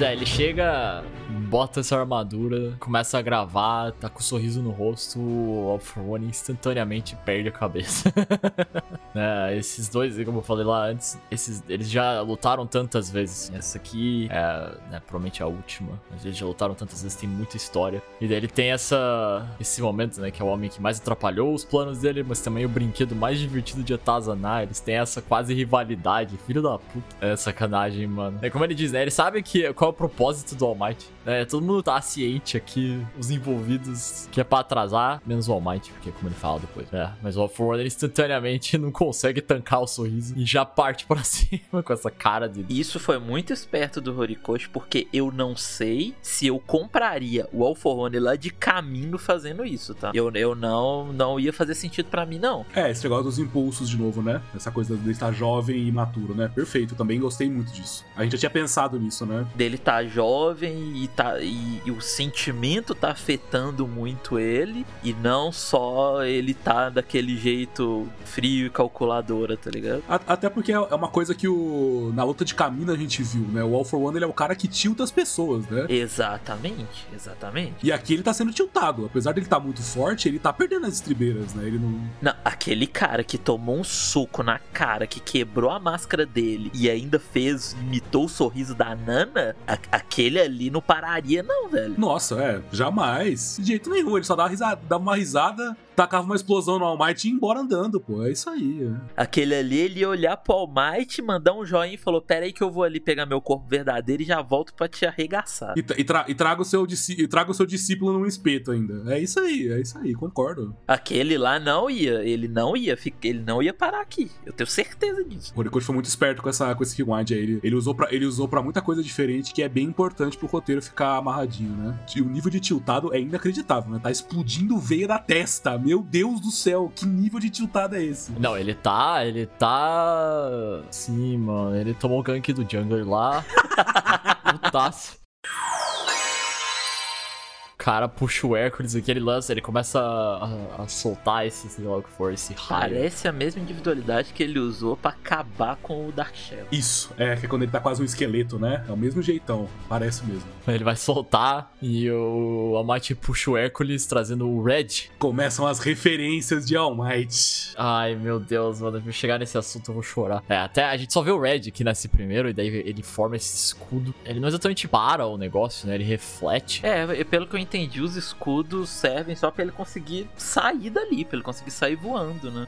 Speaker 1: ele chega, bota essa armadura, começa a gravar, tá com um sorriso no rosto, o All For One instantaneamente perde a cabeça. Esses dois, como eu falei lá antes, eles já lutaram tantas vezes. Essa aqui é provavelmente a última, mas eles já lutaram tantas vezes, tem muita história. E daí ele tem esse momento, né, que é o homem que mais atrapalhou os planos dele, mas também o brinquedo mais divertido de atazanar. Eles têm essa quase rivalidade, filho da puta. É sacanagem, mano. É como ele diz, né, ele sabe qual é o propósito do All Might. Todo mundo tá ciente aqui, os envolvidos, que é pra atrasar, menos o All Might, porque é como ele fala depois. Mas o All For One, ele instantaneamente não consegue tancar o sorriso e já parte pra cima com essa cara de...
Speaker 2: Isso foi muito esperto do Horikoshi, porque eu não sei se eu compraria o All For One lá de caminho fazendo isso, tá? Eu não ia fazer sentido pra mim, não.
Speaker 3: Esse negócio dos impulsos de novo, né? Essa coisa dele estar jovem e imaturo, né? Perfeito, também gostei muito disso. A gente já tinha pensado nisso, né?
Speaker 2: Dele tá jovem e o sentimento tá afetando muito ele, e não só ele tá daquele jeito frio e calculadora, tá ligado?
Speaker 3: Até porque é uma coisa que na luta de Kamina a gente viu, né? O All For One, ele é o cara que tilta as pessoas, né?
Speaker 2: Exatamente.
Speaker 3: E aqui ele tá sendo tiltado. Apesar dele tá muito forte, ele tá perdendo as estribeiras, né? Ele não...
Speaker 2: Não, aquele cara que tomou um soco na cara, que quebrou a máscara dele e ainda imitou o sorriso da Nana, aquele ali não pararia não, velho.
Speaker 3: Nossa, jamais. De jeito nenhum, ele só dava uma risada, tacava uma explosão no All Might e ia embora andando, pô. É isso aí.
Speaker 2: Aquele ali, ele ia olhar pro All Might, mandar um joinha e falou: pera aí que eu vou ali pegar meu corpo verdadeiro e já volto pra te arregaçar.
Speaker 3: E traga o seu discípulo num espeto ainda. É isso aí, concordo.
Speaker 2: Aquele lá ele não ia parar aqui. Eu tenho certeza disso.
Speaker 3: O Horikoshi foi muito esperto com esse rewind aí. Ele usou pra muita coisa diferente, que é bem importante pro roteiro ficar amarradinho, né? E o nível de tiltado é inacreditável, né? Tá explodindo veia da testa. Meu Deus do céu, que nível de tiltado é esse?
Speaker 1: Não, ele tá... Sim, mano. Ele tomou o gank do jungler lá. Putaço. O cara puxa o Hércules aqui, ele lança, ele começa a soltar sei lá o que for, esse raio.
Speaker 2: Parece a mesma individualidade que ele usou pra acabar com o Dark Shadow.
Speaker 3: Isso, que é quando ele tá quase um esqueleto, né? É o mesmo jeitão, parece mesmo.
Speaker 1: Ele vai soltar e o All Might puxa o Hércules, trazendo o Red.
Speaker 3: Começam as referências de All Might.
Speaker 1: Ai, meu Deus, mano, pra chegar nesse assunto eu vou chorar. Até a gente só vê o Red aqui nesse primeiro, e daí ele forma esse escudo. Ele não exatamente para o negócio, né? Ele reflete.
Speaker 2: Pelo que eu entendi, os escudos servem só pra ele conseguir sair dali, pra ele conseguir sair voando, né?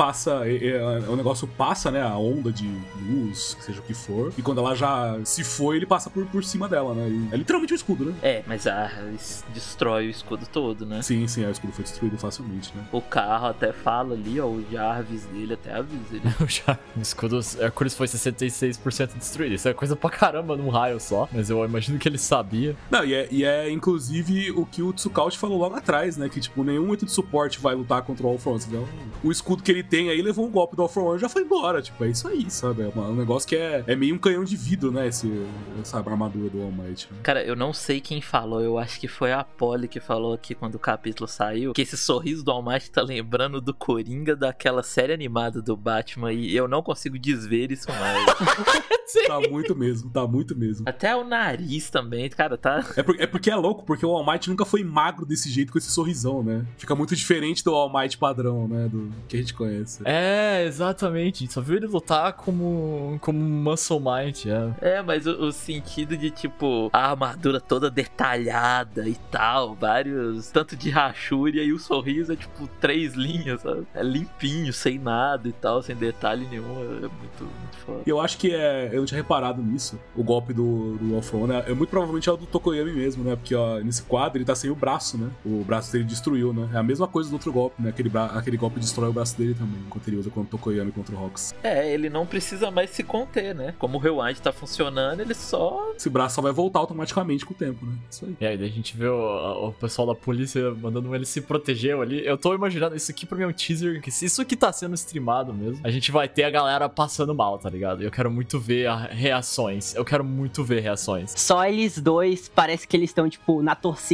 Speaker 3: O negócio passa, né, a onda de luz, seja o que for, e quando ela já se foi, ele passa por cima dela, né? É literalmente um escudo, né?
Speaker 2: Mas destrói o escudo todo, né?
Speaker 3: Sim, o escudo foi destruído facilmente, né?
Speaker 2: O carro até fala ali, ó, o Jarvis dele até avisa ele.
Speaker 1: O escudo Hércules foi 66% destruído. Isso é coisa pra caramba num raio só, mas eu imagino que ele sabia.
Speaker 3: Não, e é inclusive o que o Tsukaut falou logo atrás, né? Que, tipo, nenhum item de suporte vai lutar contra o All For One. Então, o escudo que ele tem aí levou um golpe do All For One e já foi embora. Tipo, é isso aí, sabe? É um negócio que é meio um canhão de vidro, né? Essa armadura do All Might. Né?
Speaker 2: Cara, eu não sei quem falou. Eu acho que foi a Polly que falou aqui quando o capítulo saiu. Que esse sorriso do All Might tá lembrando do Coringa daquela série animada do Batman. E eu não consigo desver isso mais.
Speaker 3: Tá muito mesmo.
Speaker 2: Até o nariz também, cara, tá...
Speaker 3: É porque é louco, porque o All Might nunca foi magro desse jeito, com esse sorrisão, né? Fica muito diferente do All Might padrão, né? Do que a gente conhece.
Speaker 1: Exatamente. A gente só viu ele lutar como Muscle Might,
Speaker 2: mas o sentido de, tipo, a armadura toda detalhada e tal, vários... Tanto de rachúria, e o sorriso é, tipo, 3 linhas, sabe? É limpinho, sem nada e tal, sem detalhe nenhum. É muito foda.
Speaker 3: E eu acho que eu não tinha reparado nisso. O golpe do All For One é muito provavelmente o do Tokoyami mesmo, né? Porque, ó, nesse quadro ele tá sem o braço, né? O braço dele destruiu, né? É a mesma coisa do outro golpe, né? Aquele golpe destrói o braço dele também, enquanto ele usa contra o Tokoyami contra o Rox.
Speaker 2: Ele não precisa mais se conter, né? Como o Rewind tá funcionando, ele só...
Speaker 3: Esse braço só vai voltar automaticamente com o tempo, né? Isso aí.
Speaker 1: E aí a gente vê o pessoal da polícia mandando ele se proteger ali. Eu tô imaginando, isso aqui pra mim é um teaser, que se isso aqui tá sendo streamado mesmo, a gente vai ter a galera passando mal, tá ligado? Eu quero muito ver reações. Só eles dois, parece que eles estão, tipo, na torcida já,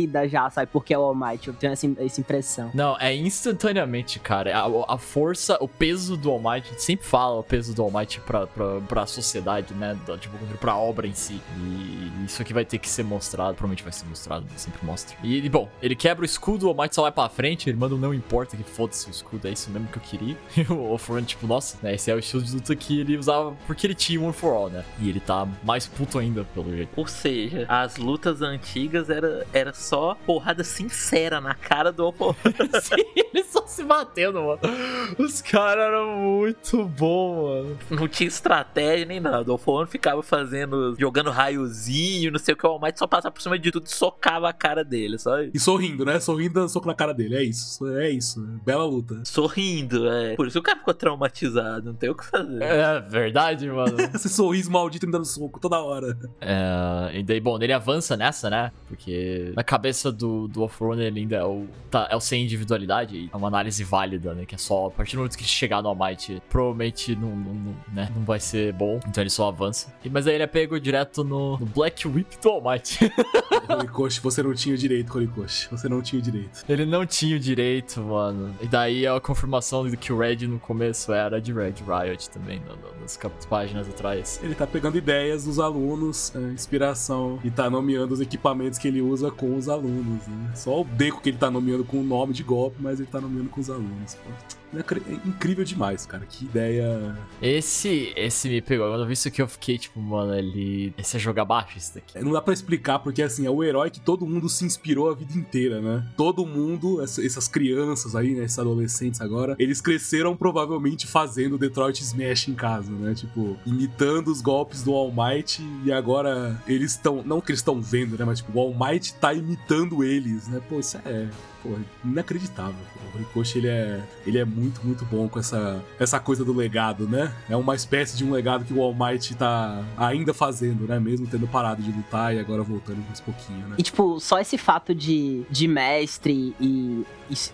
Speaker 8: sabe? Porque é o All Might, eu tenho essa impressão.
Speaker 1: Não, é instantaneamente, cara. A força, o peso do All Might, a gente sempre fala o peso do All Might pra sociedade, né? Tipo, pra obra em si. E isso aqui vai ter que ser mostrado, provavelmente vai ser mostrado, sempre mostra. E, bom, ele quebra o escudo, o All Might só vai pra frente, ele manda um não importa, que foda-se o escudo, é isso mesmo que eu queria. E o All For One, tipo, nossa, né? Esse é o estilo de luta que ele usava porque ele tinha One For All, né? E ele tá mais puto ainda, pelo jeito.
Speaker 2: Ou seja, as lutas antigas era só porrada sincera na cara do All For One.
Speaker 1: Sim, eles só se batendo, mano. Os caras eram muito bons, mano.
Speaker 2: Não tinha estratégia nem nada. O All For One ficava jogando raiozinho, não sei o que. O All Might só passava por cima de tudo e socava a cara dele, só isso.
Speaker 3: E sorrindo, né? Sorrindo, dando soco na cara dele. É isso. Bela luta.
Speaker 2: Sorrindo, Por isso o cara ficou traumatizado, não tem o que fazer.
Speaker 1: É verdade, mano.
Speaker 3: Esse sorriso maldito me dando soco toda hora.
Speaker 1: E daí, bom, ele avança nessa, né? Porque na cabeça do All For One ele ainda é o sem individualidade. E é uma análise válida, né? Que é só a partir do momento que ele chegar no All Might, provavelmente não vai ser bom. Então ele só avança. Mas aí ele é pego direto no Black Whip do All Might.
Speaker 3: Horikoshi, você não tinha o direito, Horikoshi. Você não tinha o direito.
Speaker 1: Ele não tinha o direito, mano. E daí a confirmação de que o Red no começo era de Red Riot também, nas páginas atrás.
Speaker 3: Ele tá pegando ideias dos alunos, inspiração, e tá nomeando os equipamentos que ele usa com os alunos, né? Só o Deco que ele tá nomeando com o nome de golpe, mas ele tá nomeando com os alunos, pô. É incrível demais, cara. Que ideia.
Speaker 1: Esse me pegou. Quando eu vi isso aqui, eu fiquei tipo, mano, esse é jogar baixo isso daqui.
Speaker 3: Não dá pra explicar, porque assim, é o herói que todo mundo se inspirou a vida inteira, né? Todo mundo, essas crianças aí, né? Esses adolescentes agora, eles cresceram provavelmente fazendo Detroit Smash em casa, né? Tipo, imitando os golpes do All Might, e agora eles estão. Não que eles estão vendo, né? Mas tipo, o All Might tá imitando eles, né? Pô, isso é. Pô, inacreditável. O Horikoshi, ele é muito, muito bom com essa coisa do legado, né? É uma espécie de um legado que o All Might tá ainda fazendo, né? Mesmo tendo parado de lutar e agora voltando uns pouquinho, né?
Speaker 8: E, tipo, só esse fato de mestre e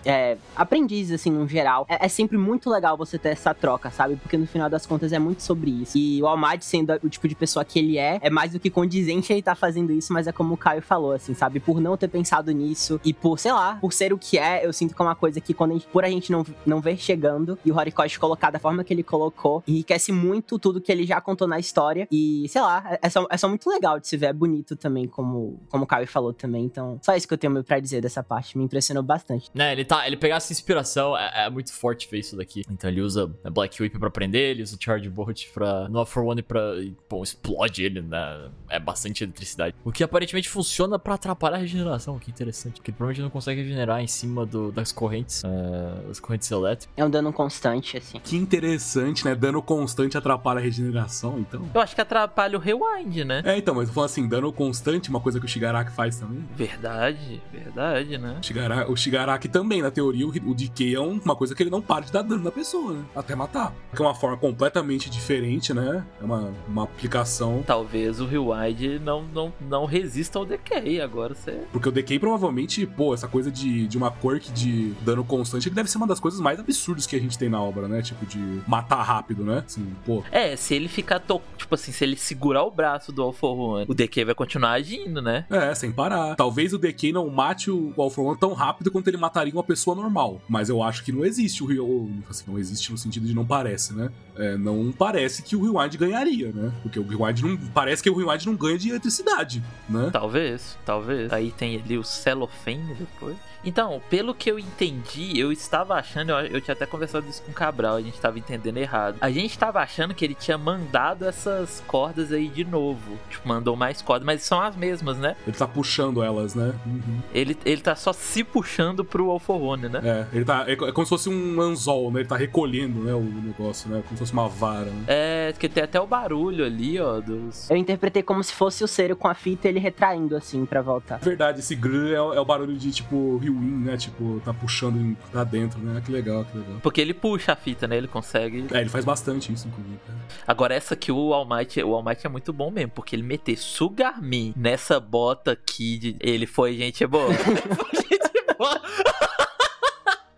Speaker 8: aprendiz, assim, no geral, é sempre muito legal você ter essa troca, sabe? Porque no final das contas é muito sobre isso. E o All Might, sendo o tipo de pessoa que ele é mais do que condizente ele tá fazendo isso, mas é como o Caio falou, assim, sabe? Por não ter pensado nisso e por, sei lá, por ser o que eu sinto que é uma coisa que por a gente não ver chegando, e o Horikoshi colocar da forma que ele colocou, enriquece muito tudo que ele já contou na história, e sei lá, é só muito legal de se ver, é bonito também, como o Caio falou também, então só isso que eu tenho pra dizer dessa parte, me impressionou bastante.
Speaker 1: Né, ele pegar essa inspiração, é muito forte ver isso daqui, então ele usa Black Whip pra prender, ele usa o Charge Bolt no All For One bom, explode ele, né, é bastante eletricidade, o que aparentemente funciona pra atrapalhar a regeneração, que interessante, porque ele provavelmente não consegue regenerar em cima das correntes elétricas.
Speaker 8: É um dano constante, assim.
Speaker 3: Que interessante, né? Dano constante atrapalha a regeneração, então.
Speaker 2: Eu acho que atrapalha o rewind, né?
Speaker 3: Então, mas eu falo assim, dano constante, uma coisa que o Shigaraki faz também.
Speaker 2: Verdade, né?
Speaker 3: O Shigaraki também, na teoria, o Decay é uma coisa que ele não para de dar dano na pessoa, né? Até matar. Que é uma forma completamente diferente, né? É uma aplicação.
Speaker 2: Talvez o rewind não resista ao Decay, agora você...
Speaker 3: Porque o Decay provavelmente, pô, essa coisa de uma quirk de dano constante, que deve ser uma das coisas mais absurdas que a gente tem na obra, né? Tipo, de matar rápido, né? Assim, pô.
Speaker 2: Se ele ficar, tipo assim, se ele segurar o braço do All For One, o Decay vai continuar agindo, né?
Speaker 3: Sem parar. Talvez o Decay não mate o All For One tão rápido quanto ele mataria uma pessoa normal. Mas eu acho que não existe o Rewind, assim, não existe no sentido de não parece, né? Não parece que o Rewind ganharia, né? Porque o Rewind não... Parece que o Rewind não ganha de eletricidade, né?
Speaker 2: Talvez. Aí tem ali o Cellophane depois. Então, pelo que eu entendi, eu estava achando, eu tinha até conversado isso com o Cabral, a gente estava entendendo errado. A gente estava achando que ele tinha mandado essas cordas aí de novo. Tipo, mandou mais cordas, mas são as mesmas, né?
Speaker 3: Ele tá puxando elas, né? Uhum.
Speaker 2: Ele tá só se puxando pro All For One, né?
Speaker 3: Ele tá... É como se fosse um anzol, né? Ele tá recolhendo, né, o negócio, né? Como se fosse uma vara, né?
Speaker 2: Porque tem até o barulho ali, ó, dos...
Speaker 8: Eu interpretei como se fosse o Cero com a fita, ele retraindo, assim, pra voltar.
Speaker 3: Verdade, esse grrr é o barulho de, tipo, Rewind, né? Tipo, tá puxando pra dentro, né? Que legal.
Speaker 2: Porque ele puxa a fita, né? Ele consegue...
Speaker 3: Ele faz bastante isso, inclusive.
Speaker 2: Agora, essa aqui, o All Might é muito bom mesmo, porque ele meter Sugarme nessa bota aqui, ele foi gente boa.
Speaker 1: Sim,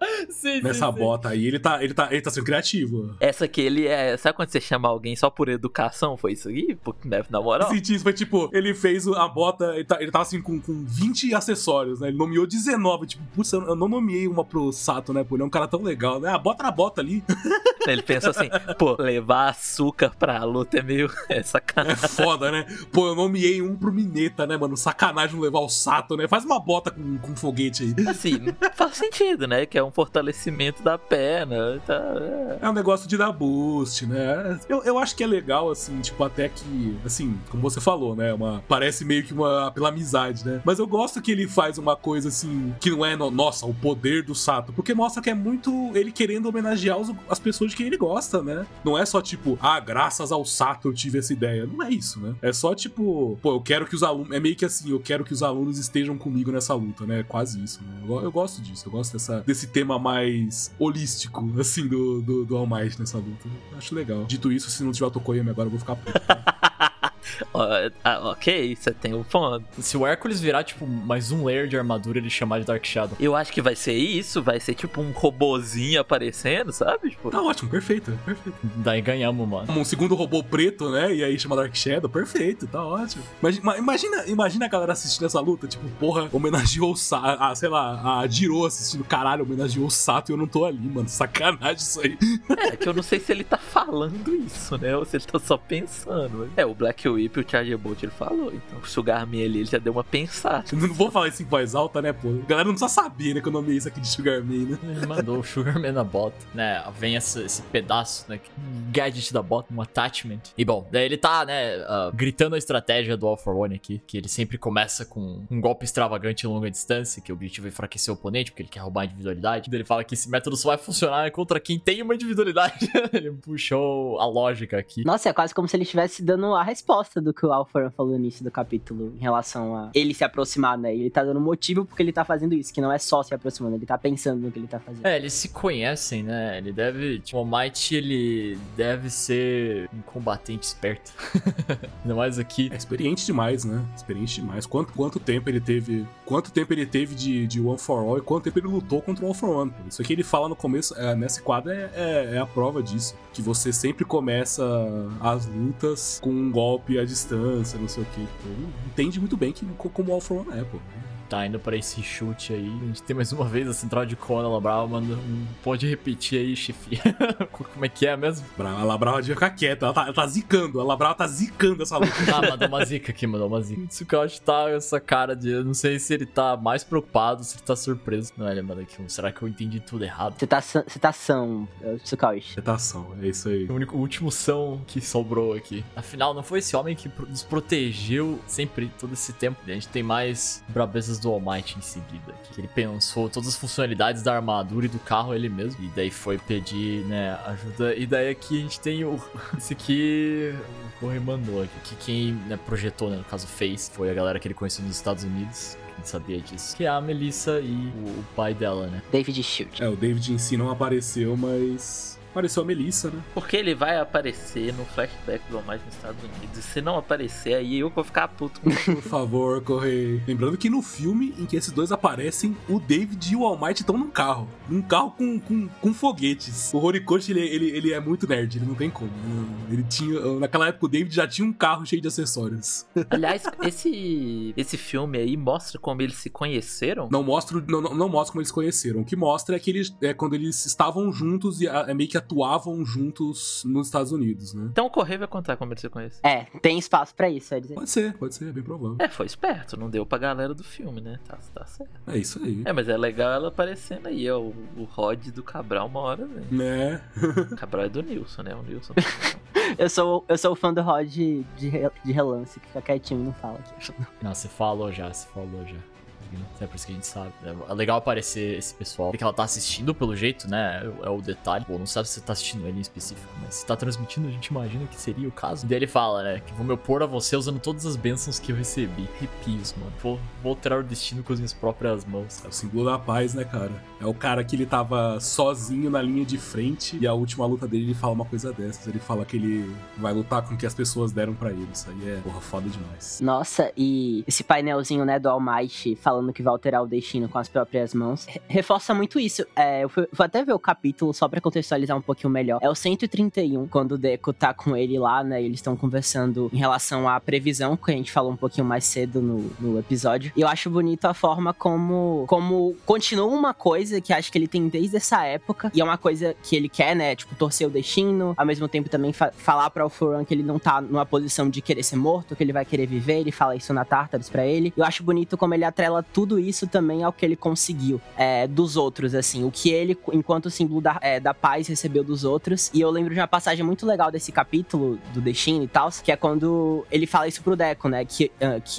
Speaker 3: nessa bota aí, ele tá sendo criativo.
Speaker 2: Essa aqui, ele é... Sabe quando você chama alguém só por educação? Foi isso aqui? Porque, na moral...
Speaker 3: Eu senti isso, foi tipo, ele fez a bota, ele tava assim com 20 acessórios, né? Ele nomeou 19, tipo, putz, eu não nomeei uma pro Sato, né? Pô, ele é um cara tão legal, né? Bota na bota ali.
Speaker 2: Ele pensou assim, pô, levar açúcar pra luta é meio... É sacanagem.
Speaker 3: É foda, né? Pô, eu nomeei um pro Mineta, né, mano? Sacanagem não levar o Sato, né? Faz uma bota com foguete aí.
Speaker 2: Assim, faz sentido, né? Que é um fortalecimento da perna. Tá...
Speaker 3: É um negócio de dar boost, né? Eu acho que é legal, assim, tipo, até que, assim, como você falou, né? Parece meio que pela amizade, né? Mas eu gosto que ele faz uma coisa, assim, que não é, nossa, o poder do Sato. Porque mostra que é muito ele querendo homenagear as pessoas de quem ele gosta, né? Não é só, tipo, graças ao Sato eu tive essa ideia. Não é isso, né? É só, tipo, pô, eu quero que os alunos... É meio que assim, eu quero que os alunos estejam comigo nessa luta, né? É quase isso, né? Eu gosto disso. Eu gosto desse tema mais holístico, assim, do All Might nessa luta. Eu acho legal. Dito isso, se não tiver o Tokoyami agora, eu vou ficar puto.
Speaker 2: Ok, você tem um ponto.
Speaker 1: Se o Hércules virar, tipo, mais um layer de armadura, ele chamar de Dark Shadow.
Speaker 2: Eu acho que vai ser isso, vai ser tipo um robozinho aparecendo, sabe? Tipo...
Speaker 3: Tá ótimo, perfeito.
Speaker 1: Daí ganhamos, mano.
Speaker 3: Um segundo robô preto, né? E aí chama Dark Shadow, perfeito, tá ótimo. Imagina a galera assistindo essa luta, tipo, porra, homenageou o Sato, sei lá, a Jiro assistindo, caralho, homenageou o Sato e eu não tô ali, mano, sacanagem isso aí.
Speaker 2: É que eu não sei se ele tá falando isso, né? Ou se ele tá só pensando. O Black Whip e o Charger Bolt ele falou, então o Sugarman ali, ele já deu uma pensada.
Speaker 3: Eu não vou falar isso em voz alta, né, pô? A galera não precisa saber, né, que eu nomeei isso aqui de Sugarman, né?
Speaker 1: Ele mandou o Sugarman na bota, né? Vem esse pedaço, né? Um gadget da bota, um attachment. E bom, daí ele tá, né, gritando a estratégia do All for One aqui, que ele sempre começa com um golpe extravagante em longa distância, que o objetivo é enfraquecer o oponente, porque ele quer roubar a individualidade. Daí ele fala que esse método só vai funcionar contra quem tem uma individualidade. Ele puxou a lógica aqui.
Speaker 8: Nossa, é quase como se ele estivesse dando a resposta do que o Alpha falou no início do capítulo em relação a ele se aproximar, né? Ele tá dando motivo porque ele tá fazendo isso, que não é só se aproximando, ele tá pensando no que ele tá fazendo.
Speaker 1: Eles se conhecem, né? Ele deve... Tipo, o All Might, ele deve ser um combatente esperto. Ainda mais aqui.
Speaker 3: É experiente demais, né? Experiente demais. Quanto tempo ele teve... Quanto tempo ele teve de One for All e quanto tempo ele lutou contra o All for One. Isso aqui ele fala no começo, nesse quadro é a prova disso. Que você sempre começa as lutas com um golpe à distância, não sei o que. Ele entende muito bem como o All for One é, pô.
Speaker 1: Tá indo pra esse chute aí. A gente tem mais uma vez a central de Kona, Labrava, mano. Pode repetir aí, chefe. Como é que é mesmo?
Speaker 3: A Labrava devia ficar quieta, ela tá zicando. A Labrava tá zicando essa luta.
Speaker 1: Mandou uma zica aqui, mandou uma zica. Tsukashi tá essa cara de... Eu não sei se ele tá mais preocupado, se ele tá surpreso. Não, ele manda aqui. Será que eu entendi tudo errado?
Speaker 8: Citação, Tsukashi.
Speaker 3: Citação, é isso aí.
Speaker 1: O último são que sobrou aqui. Afinal, não foi esse homem que nos protegeu sempre, todo esse tempo. A gente tem mais brabezas do All Might em seguida. Que ele pensou todas as funcionalidades da armadura e do carro ele mesmo. E daí foi pedir, né, ajuda. E daí aqui a gente tem esse aqui... O Corre mandou aqui. Que quem, né, projetou, né, no caso fez, foi a galera que ele conheceu nos Estados Unidos. Quem sabia disso. Que é a Melissa e o pai dela, né?
Speaker 8: David Shield.
Speaker 3: O David em si não apareceu, mas... Apareceu a Melissa, né?
Speaker 2: Porque ele vai aparecer no flashback do All Might nos Estados Unidos. E se não aparecer, aí eu vou ficar puto.
Speaker 3: Por favor, Correio. Lembrando que no filme em que esses dois aparecem, o David e o All Might estão num carro. Num carro com foguetes. O Horikoshi, ele é muito nerd, ele não tem como. Ele tinha... Naquela época, o David já tinha um carro cheio de acessórios.
Speaker 2: Aliás, esse filme aí mostra como eles se conheceram?
Speaker 3: Não mostra como eles se conheceram. O que mostra é que quando eles estavam juntos e meio que atuavam juntos nos Estados Unidos, né?
Speaker 2: Então o Correio vai contar como eles se conhecem.
Speaker 8: Tem espaço pra isso, vai dizer.
Speaker 3: Pode ser, é bem provável.
Speaker 2: Foi esperto, não deu pra galera do filme, né? Tá certo.
Speaker 3: É isso aí.
Speaker 2: Mas é legal ela aparecendo aí, ó, o Rod do Cabral uma hora, velho.
Speaker 3: Né?
Speaker 2: O Cabral é do Nilson, né? O Nilson.
Speaker 8: Eu sou o fã do Rod de relance, que fica quietinho e não fala aqui.
Speaker 1: Não, você falou já. É por isso que a gente sabe. É legal aparecer esse pessoal. Que ela tá assistindo, pelo jeito, né? É o detalhe. Pô, não sabe se você tá assistindo ele em específico, mas se tá transmitindo, a gente imagina que seria o caso. Daí ele fala, né? Que vou me opor a você usando todas as bênçãos que eu recebi. Arrepios, mano. Vou alterar o destino com as minhas próprias mãos.
Speaker 3: É o símbolo da paz, né, cara? É o cara que ele tava sozinho na linha de frente e a última luta dele ele fala uma coisa dessas. Ele fala que ele vai lutar com o que as pessoas deram pra ele. Isso aí é, porra, foda demais.
Speaker 8: Nossa, e esse painelzinho, né, do All Might falando que vai alterar o destino com as próprias mãos. Reforça muito isso. Eu vou até ver o capítulo só pra contextualizar um pouquinho melhor. É o 131, quando o Deku tá com ele lá, né? E eles estão conversando em relação à previsão, que a gente falou um pouquinho mais cedo no episódio. E eu acho bonito a forma como continua uma coisa que acho que ele tem desde essa época. E é uma coisa que ele quer, né? Tipo, torcer o destino. Ao mesmo tempo também falar pra All-For-One que ele não tá numa posição de querer ser morto, que ele vai querer viver. Ele fala isso na Tartarus pra ele. Eu acho bonito como ele atrela tudo isso também ao que ele conseguiu dos outros, assim. O que ele, enquanto símbolo da paz, recebeu dos outros. E eu lembro de uma passagem muito legal desse capítulo do destino e tal, que é quando ele fala isso pro Deku, né? Que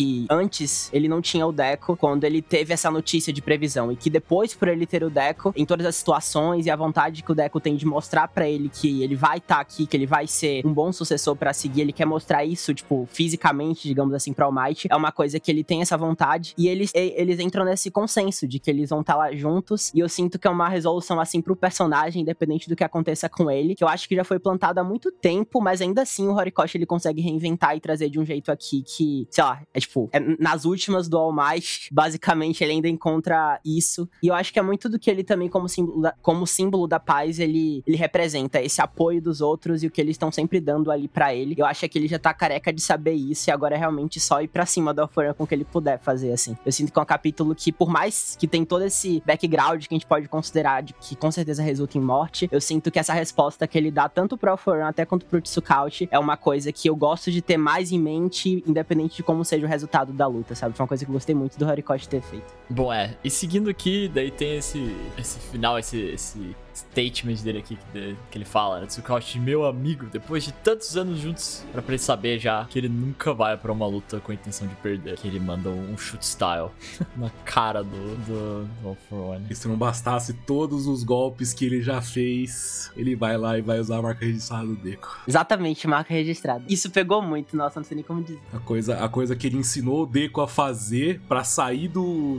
Speaker 8: antes ele não tinha o Deku quando ele teve essa notícia de previsão. E que depois, por ele ter o Deku, em todas as situações e a vontade que o Deku tem de mostrar pra ele que ele vai estar aqui, que ele vai ser um bom sucessor pra seguir, ele quer mostrar isso, tipo, fisicamente, digamos assim, pra All Might. É uma coisa que ele tem essa vontade. E eles entram nesse consenso de que eles vão estar lá juntos. E eu sinto que é uma resolução, assim, pro personagem, independente do que aconteça com ele, que eu acho que já foi plantado há muito tempo, mas ainda assim o Horikoshi, ele consegue reinventar e trazer de um jeito aqui que, sei lá, nas últimas do All Might, basicamente ele ainda encontra isso. E eu acho que é muito do que ele também, como símbolo da paz, ele representa esse apoio dos outros e o que eles estão sempre dando ali pra ele. Eu acho que ele já tá careca de saber isso e agora é realmente só ir pra cima do All-For-One com o que ele puder fazer, assim. Eu sinto que é um capítulo que, por mais que tem todo esse background que a gente pode considerar de que com certeza resulta em morte, eu sinto que essa resposta que ele dá tanto pro All-For-One até quanto pro Tsukaute é uma coisa que eu gosto de ter mais em mente, independente de como seja o resultado da luta, sabe? Foi uma coisa que eu gostei muito do Horikoshi ter feito.
Speaker 1: Bom, e seguindo aqui, daí tem esse final, esse statement dele aqui que ele fala, né? Tsukaute, meu amigo, depois de tantos anos juntos, pra ele saber já que ele nunca vai pra uma luta com a intenção de perder, que ele manda um shoot style na cara do All-For-One.
Speaker 3: E se não bastasse todos os golpes que ele já fez, ele vai lá e vai usar a marca registrada do Deku.
Speaker 8: Exatamente, marca registrada. Isso pegou muito, nossa, não sei nem como dizer.
Speaker 3: A coisa que ele ensinou o Deku a fazer pra sair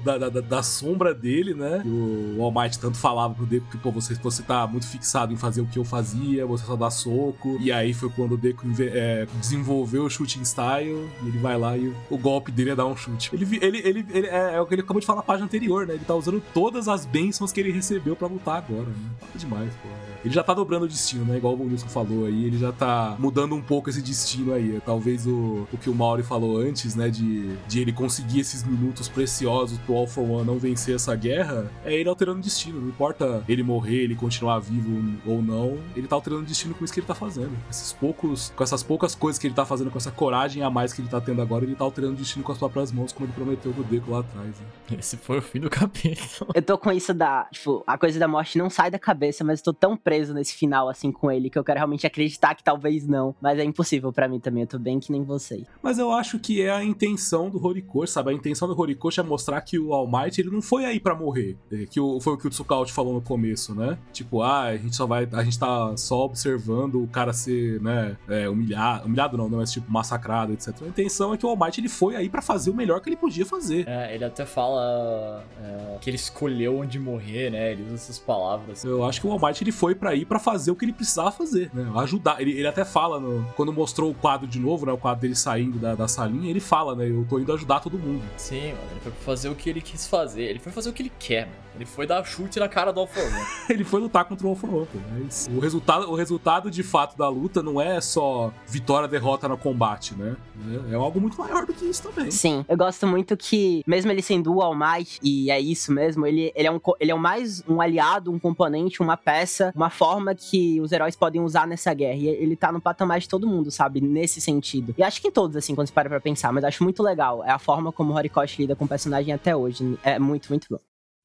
Speaker 3: da sombra dele, né? E o All Might tanto falava pro Deku que, pô, você tá muito fixado em fazer o que eu fazia, você só dá soco. E aí foi quando o Deku desenvolveu o shooting style, e ele vai lá e o golpe dele é dar um chute. Ele é o que ele acabou de falar na página anterior, né? Ele tá usando todas as bênçãos que ele recebeu pra lutar agora, né? Tá demais, pô. Ele já tá dobrando o destino, né? Igual o Wilson falou aí, ele já tá mudando um pouco esse destino aí. Talvez o que o Mauri falou antes, né? De ele conseguir esses minutos preciosos pro All-For-One não vencer essa guerra, é ele alterando o destino. Não importa ele morrer, ele continuar vivo ou não, ele tá alterando o destino com isso que ele tá fazendo. Com essas poucas coisas que ele tá fazendo, com essa coragem a mais que ele tá tendo agora, ele tá alterando o destino com as próprias mãos, como ele prometeu pro Deku lá atrás. Né?
Speaker 1: Esse foi o fim do capítulo.
Speaker 8: Eu tô com isso a coisa da morte não sai da cabeça, mas eu tô tão preso nesse final, assim, com ele, que eu quero realmente acreditar que talvez não. Mas é impossível pra mim também, eu tô bem que nem vocês.
Speaker 3: Mas eu acho que é a intenção do Horikoshi, sabe? A intenção do Horikoshi é mostrar que o All Might, ele não foi aí pra morrer. Foi o que o Tsukaute falou no começo, né? Tipo, a gente tá só observando o cara ser, né, humilhado não, mas tipo, massacrado, etc. A intenção é que o All Might, ele foi aí pra fazer o melhor que ele podia fazer.
Speaker 1: Ele até fala que ele escolheu onde morrer, né? Ele usa essas palavras.
Speaker 3: Eu acho que o All Might, ele foi pra ir pra fazer o que ele precisava fazer, né? Ajudar. Ele até fala, quando mostrou o quadro de novo, né? O quadro dele saindo da salinha, ele fala, né? Eu tô indo ajudar todo mundo.
Speaker 1: Sim, mano. Ele foi fazer o que ele quis fazer. Ele foi fazer o que ele quer, mano. Ele foi dar chute na cara do All-For-One.
Speaker 3: Ele foi lutar contra o All-For-One, pô. O resultado de fato da luta não é só vitória, derrota no combate, né? É algo muito maior do que isso também.
Speaker 8: Sim, eu gosto muito que, mesmo ele sendo o All Might, e é isso mesmo, ele é mais um aliado, um componente, uma peça, uma forma que os heróis podem usar nessa guerra. E ele tá no patamar de todo mundo, sabe? Nesse sentido. E acho que em todos, assim, quando você para pra pensar, mas acho muito legal. É a forma como o Horikoshi lida com o personagem até hoje. É muito, muito bom.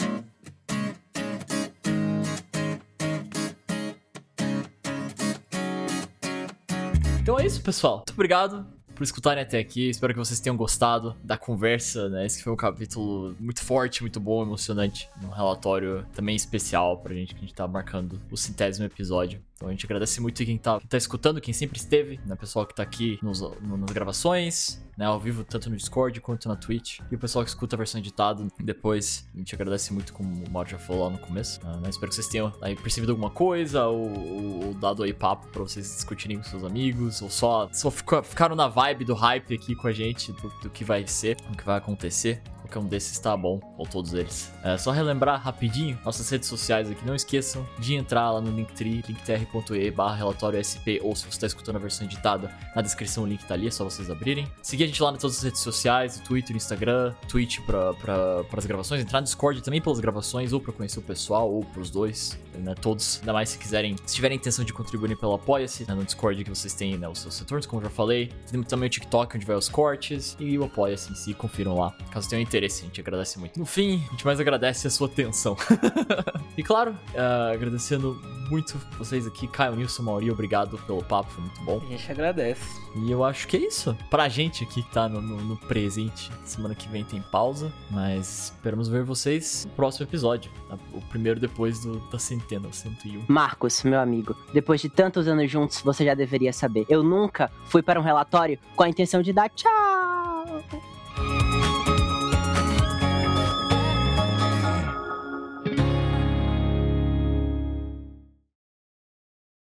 Speaker 1: Então é isso, pessoal. Muito obrigado por escutarem até aqui. Espero que vocês tenham gostado da conversa, né? Esse foi um capítulo muito forte, muito bom, emocionante. Um relatório também especial pra gente, que a gente tá marcando o 100º episódio. Então a gente agradece muito quem tá escutando, quem sempre esteve, né? O pessoal que tá aqui nas gravações, né? Ao vivo, tanto no Discord quanto na Twitch. E o pessoal que escuta a versão editada depois. A gente agradece muito, como o Mauro já falou lá no começo. Né? Espero que vocês tenham aí percebido alguma coisa, ou dado aí papo pra vocês discutirem com seus amigos, ou só ficaram na vibe do hype aqui com a gente, do que vai ser, do que vai acontecer qualquer um desses tá bom, ou todos eles. Só relembrar rapidinho, nossas redes sociais aqui, não esqueçam de entrar lá no Linktree, linktr.ee/relatório-sp, ou se você tá escutando a versão editada, na descrição o link tá ali, é só vocês abrirem. Seguir a gente lá nas todas as redes sociais, Twitter, Instagram, Twitch pras gravações, entrar no Discord também pelas gravações, ou pra conhecer o pessoal, ou pros dois, né, todos, ainda mais se tiverem intenção de contribuir pelo Apoia-se, né, no Discord que vocês têm, né, os seus retornos, como eu já falei. Tem também o TikTok, onde vai os cortes, e o Apoia-se em si, confiram lá, caso tenham interesse, a gente agradece muito. No fim, a gente mais agradece a sua atenção. E claro, agradecendo muito vocês aqui, Caio, Nilson, Mauri, obrigado pelo papo, foi muito bom.
Speaker 2: A gente agradece.
Speaker 1: E eu acho que é isso. Pra gente aqui que tá no presente, semana que vem tem pausa, mas esperamos ver vocês no próximo episódio, o primeiro depois da centena, 101.
Speaker 8: Marcos, meu amigo, depois de tantos anos juntos, você já deveria saber. Eu nunca fui para um relatório com a intenção de dar tchau.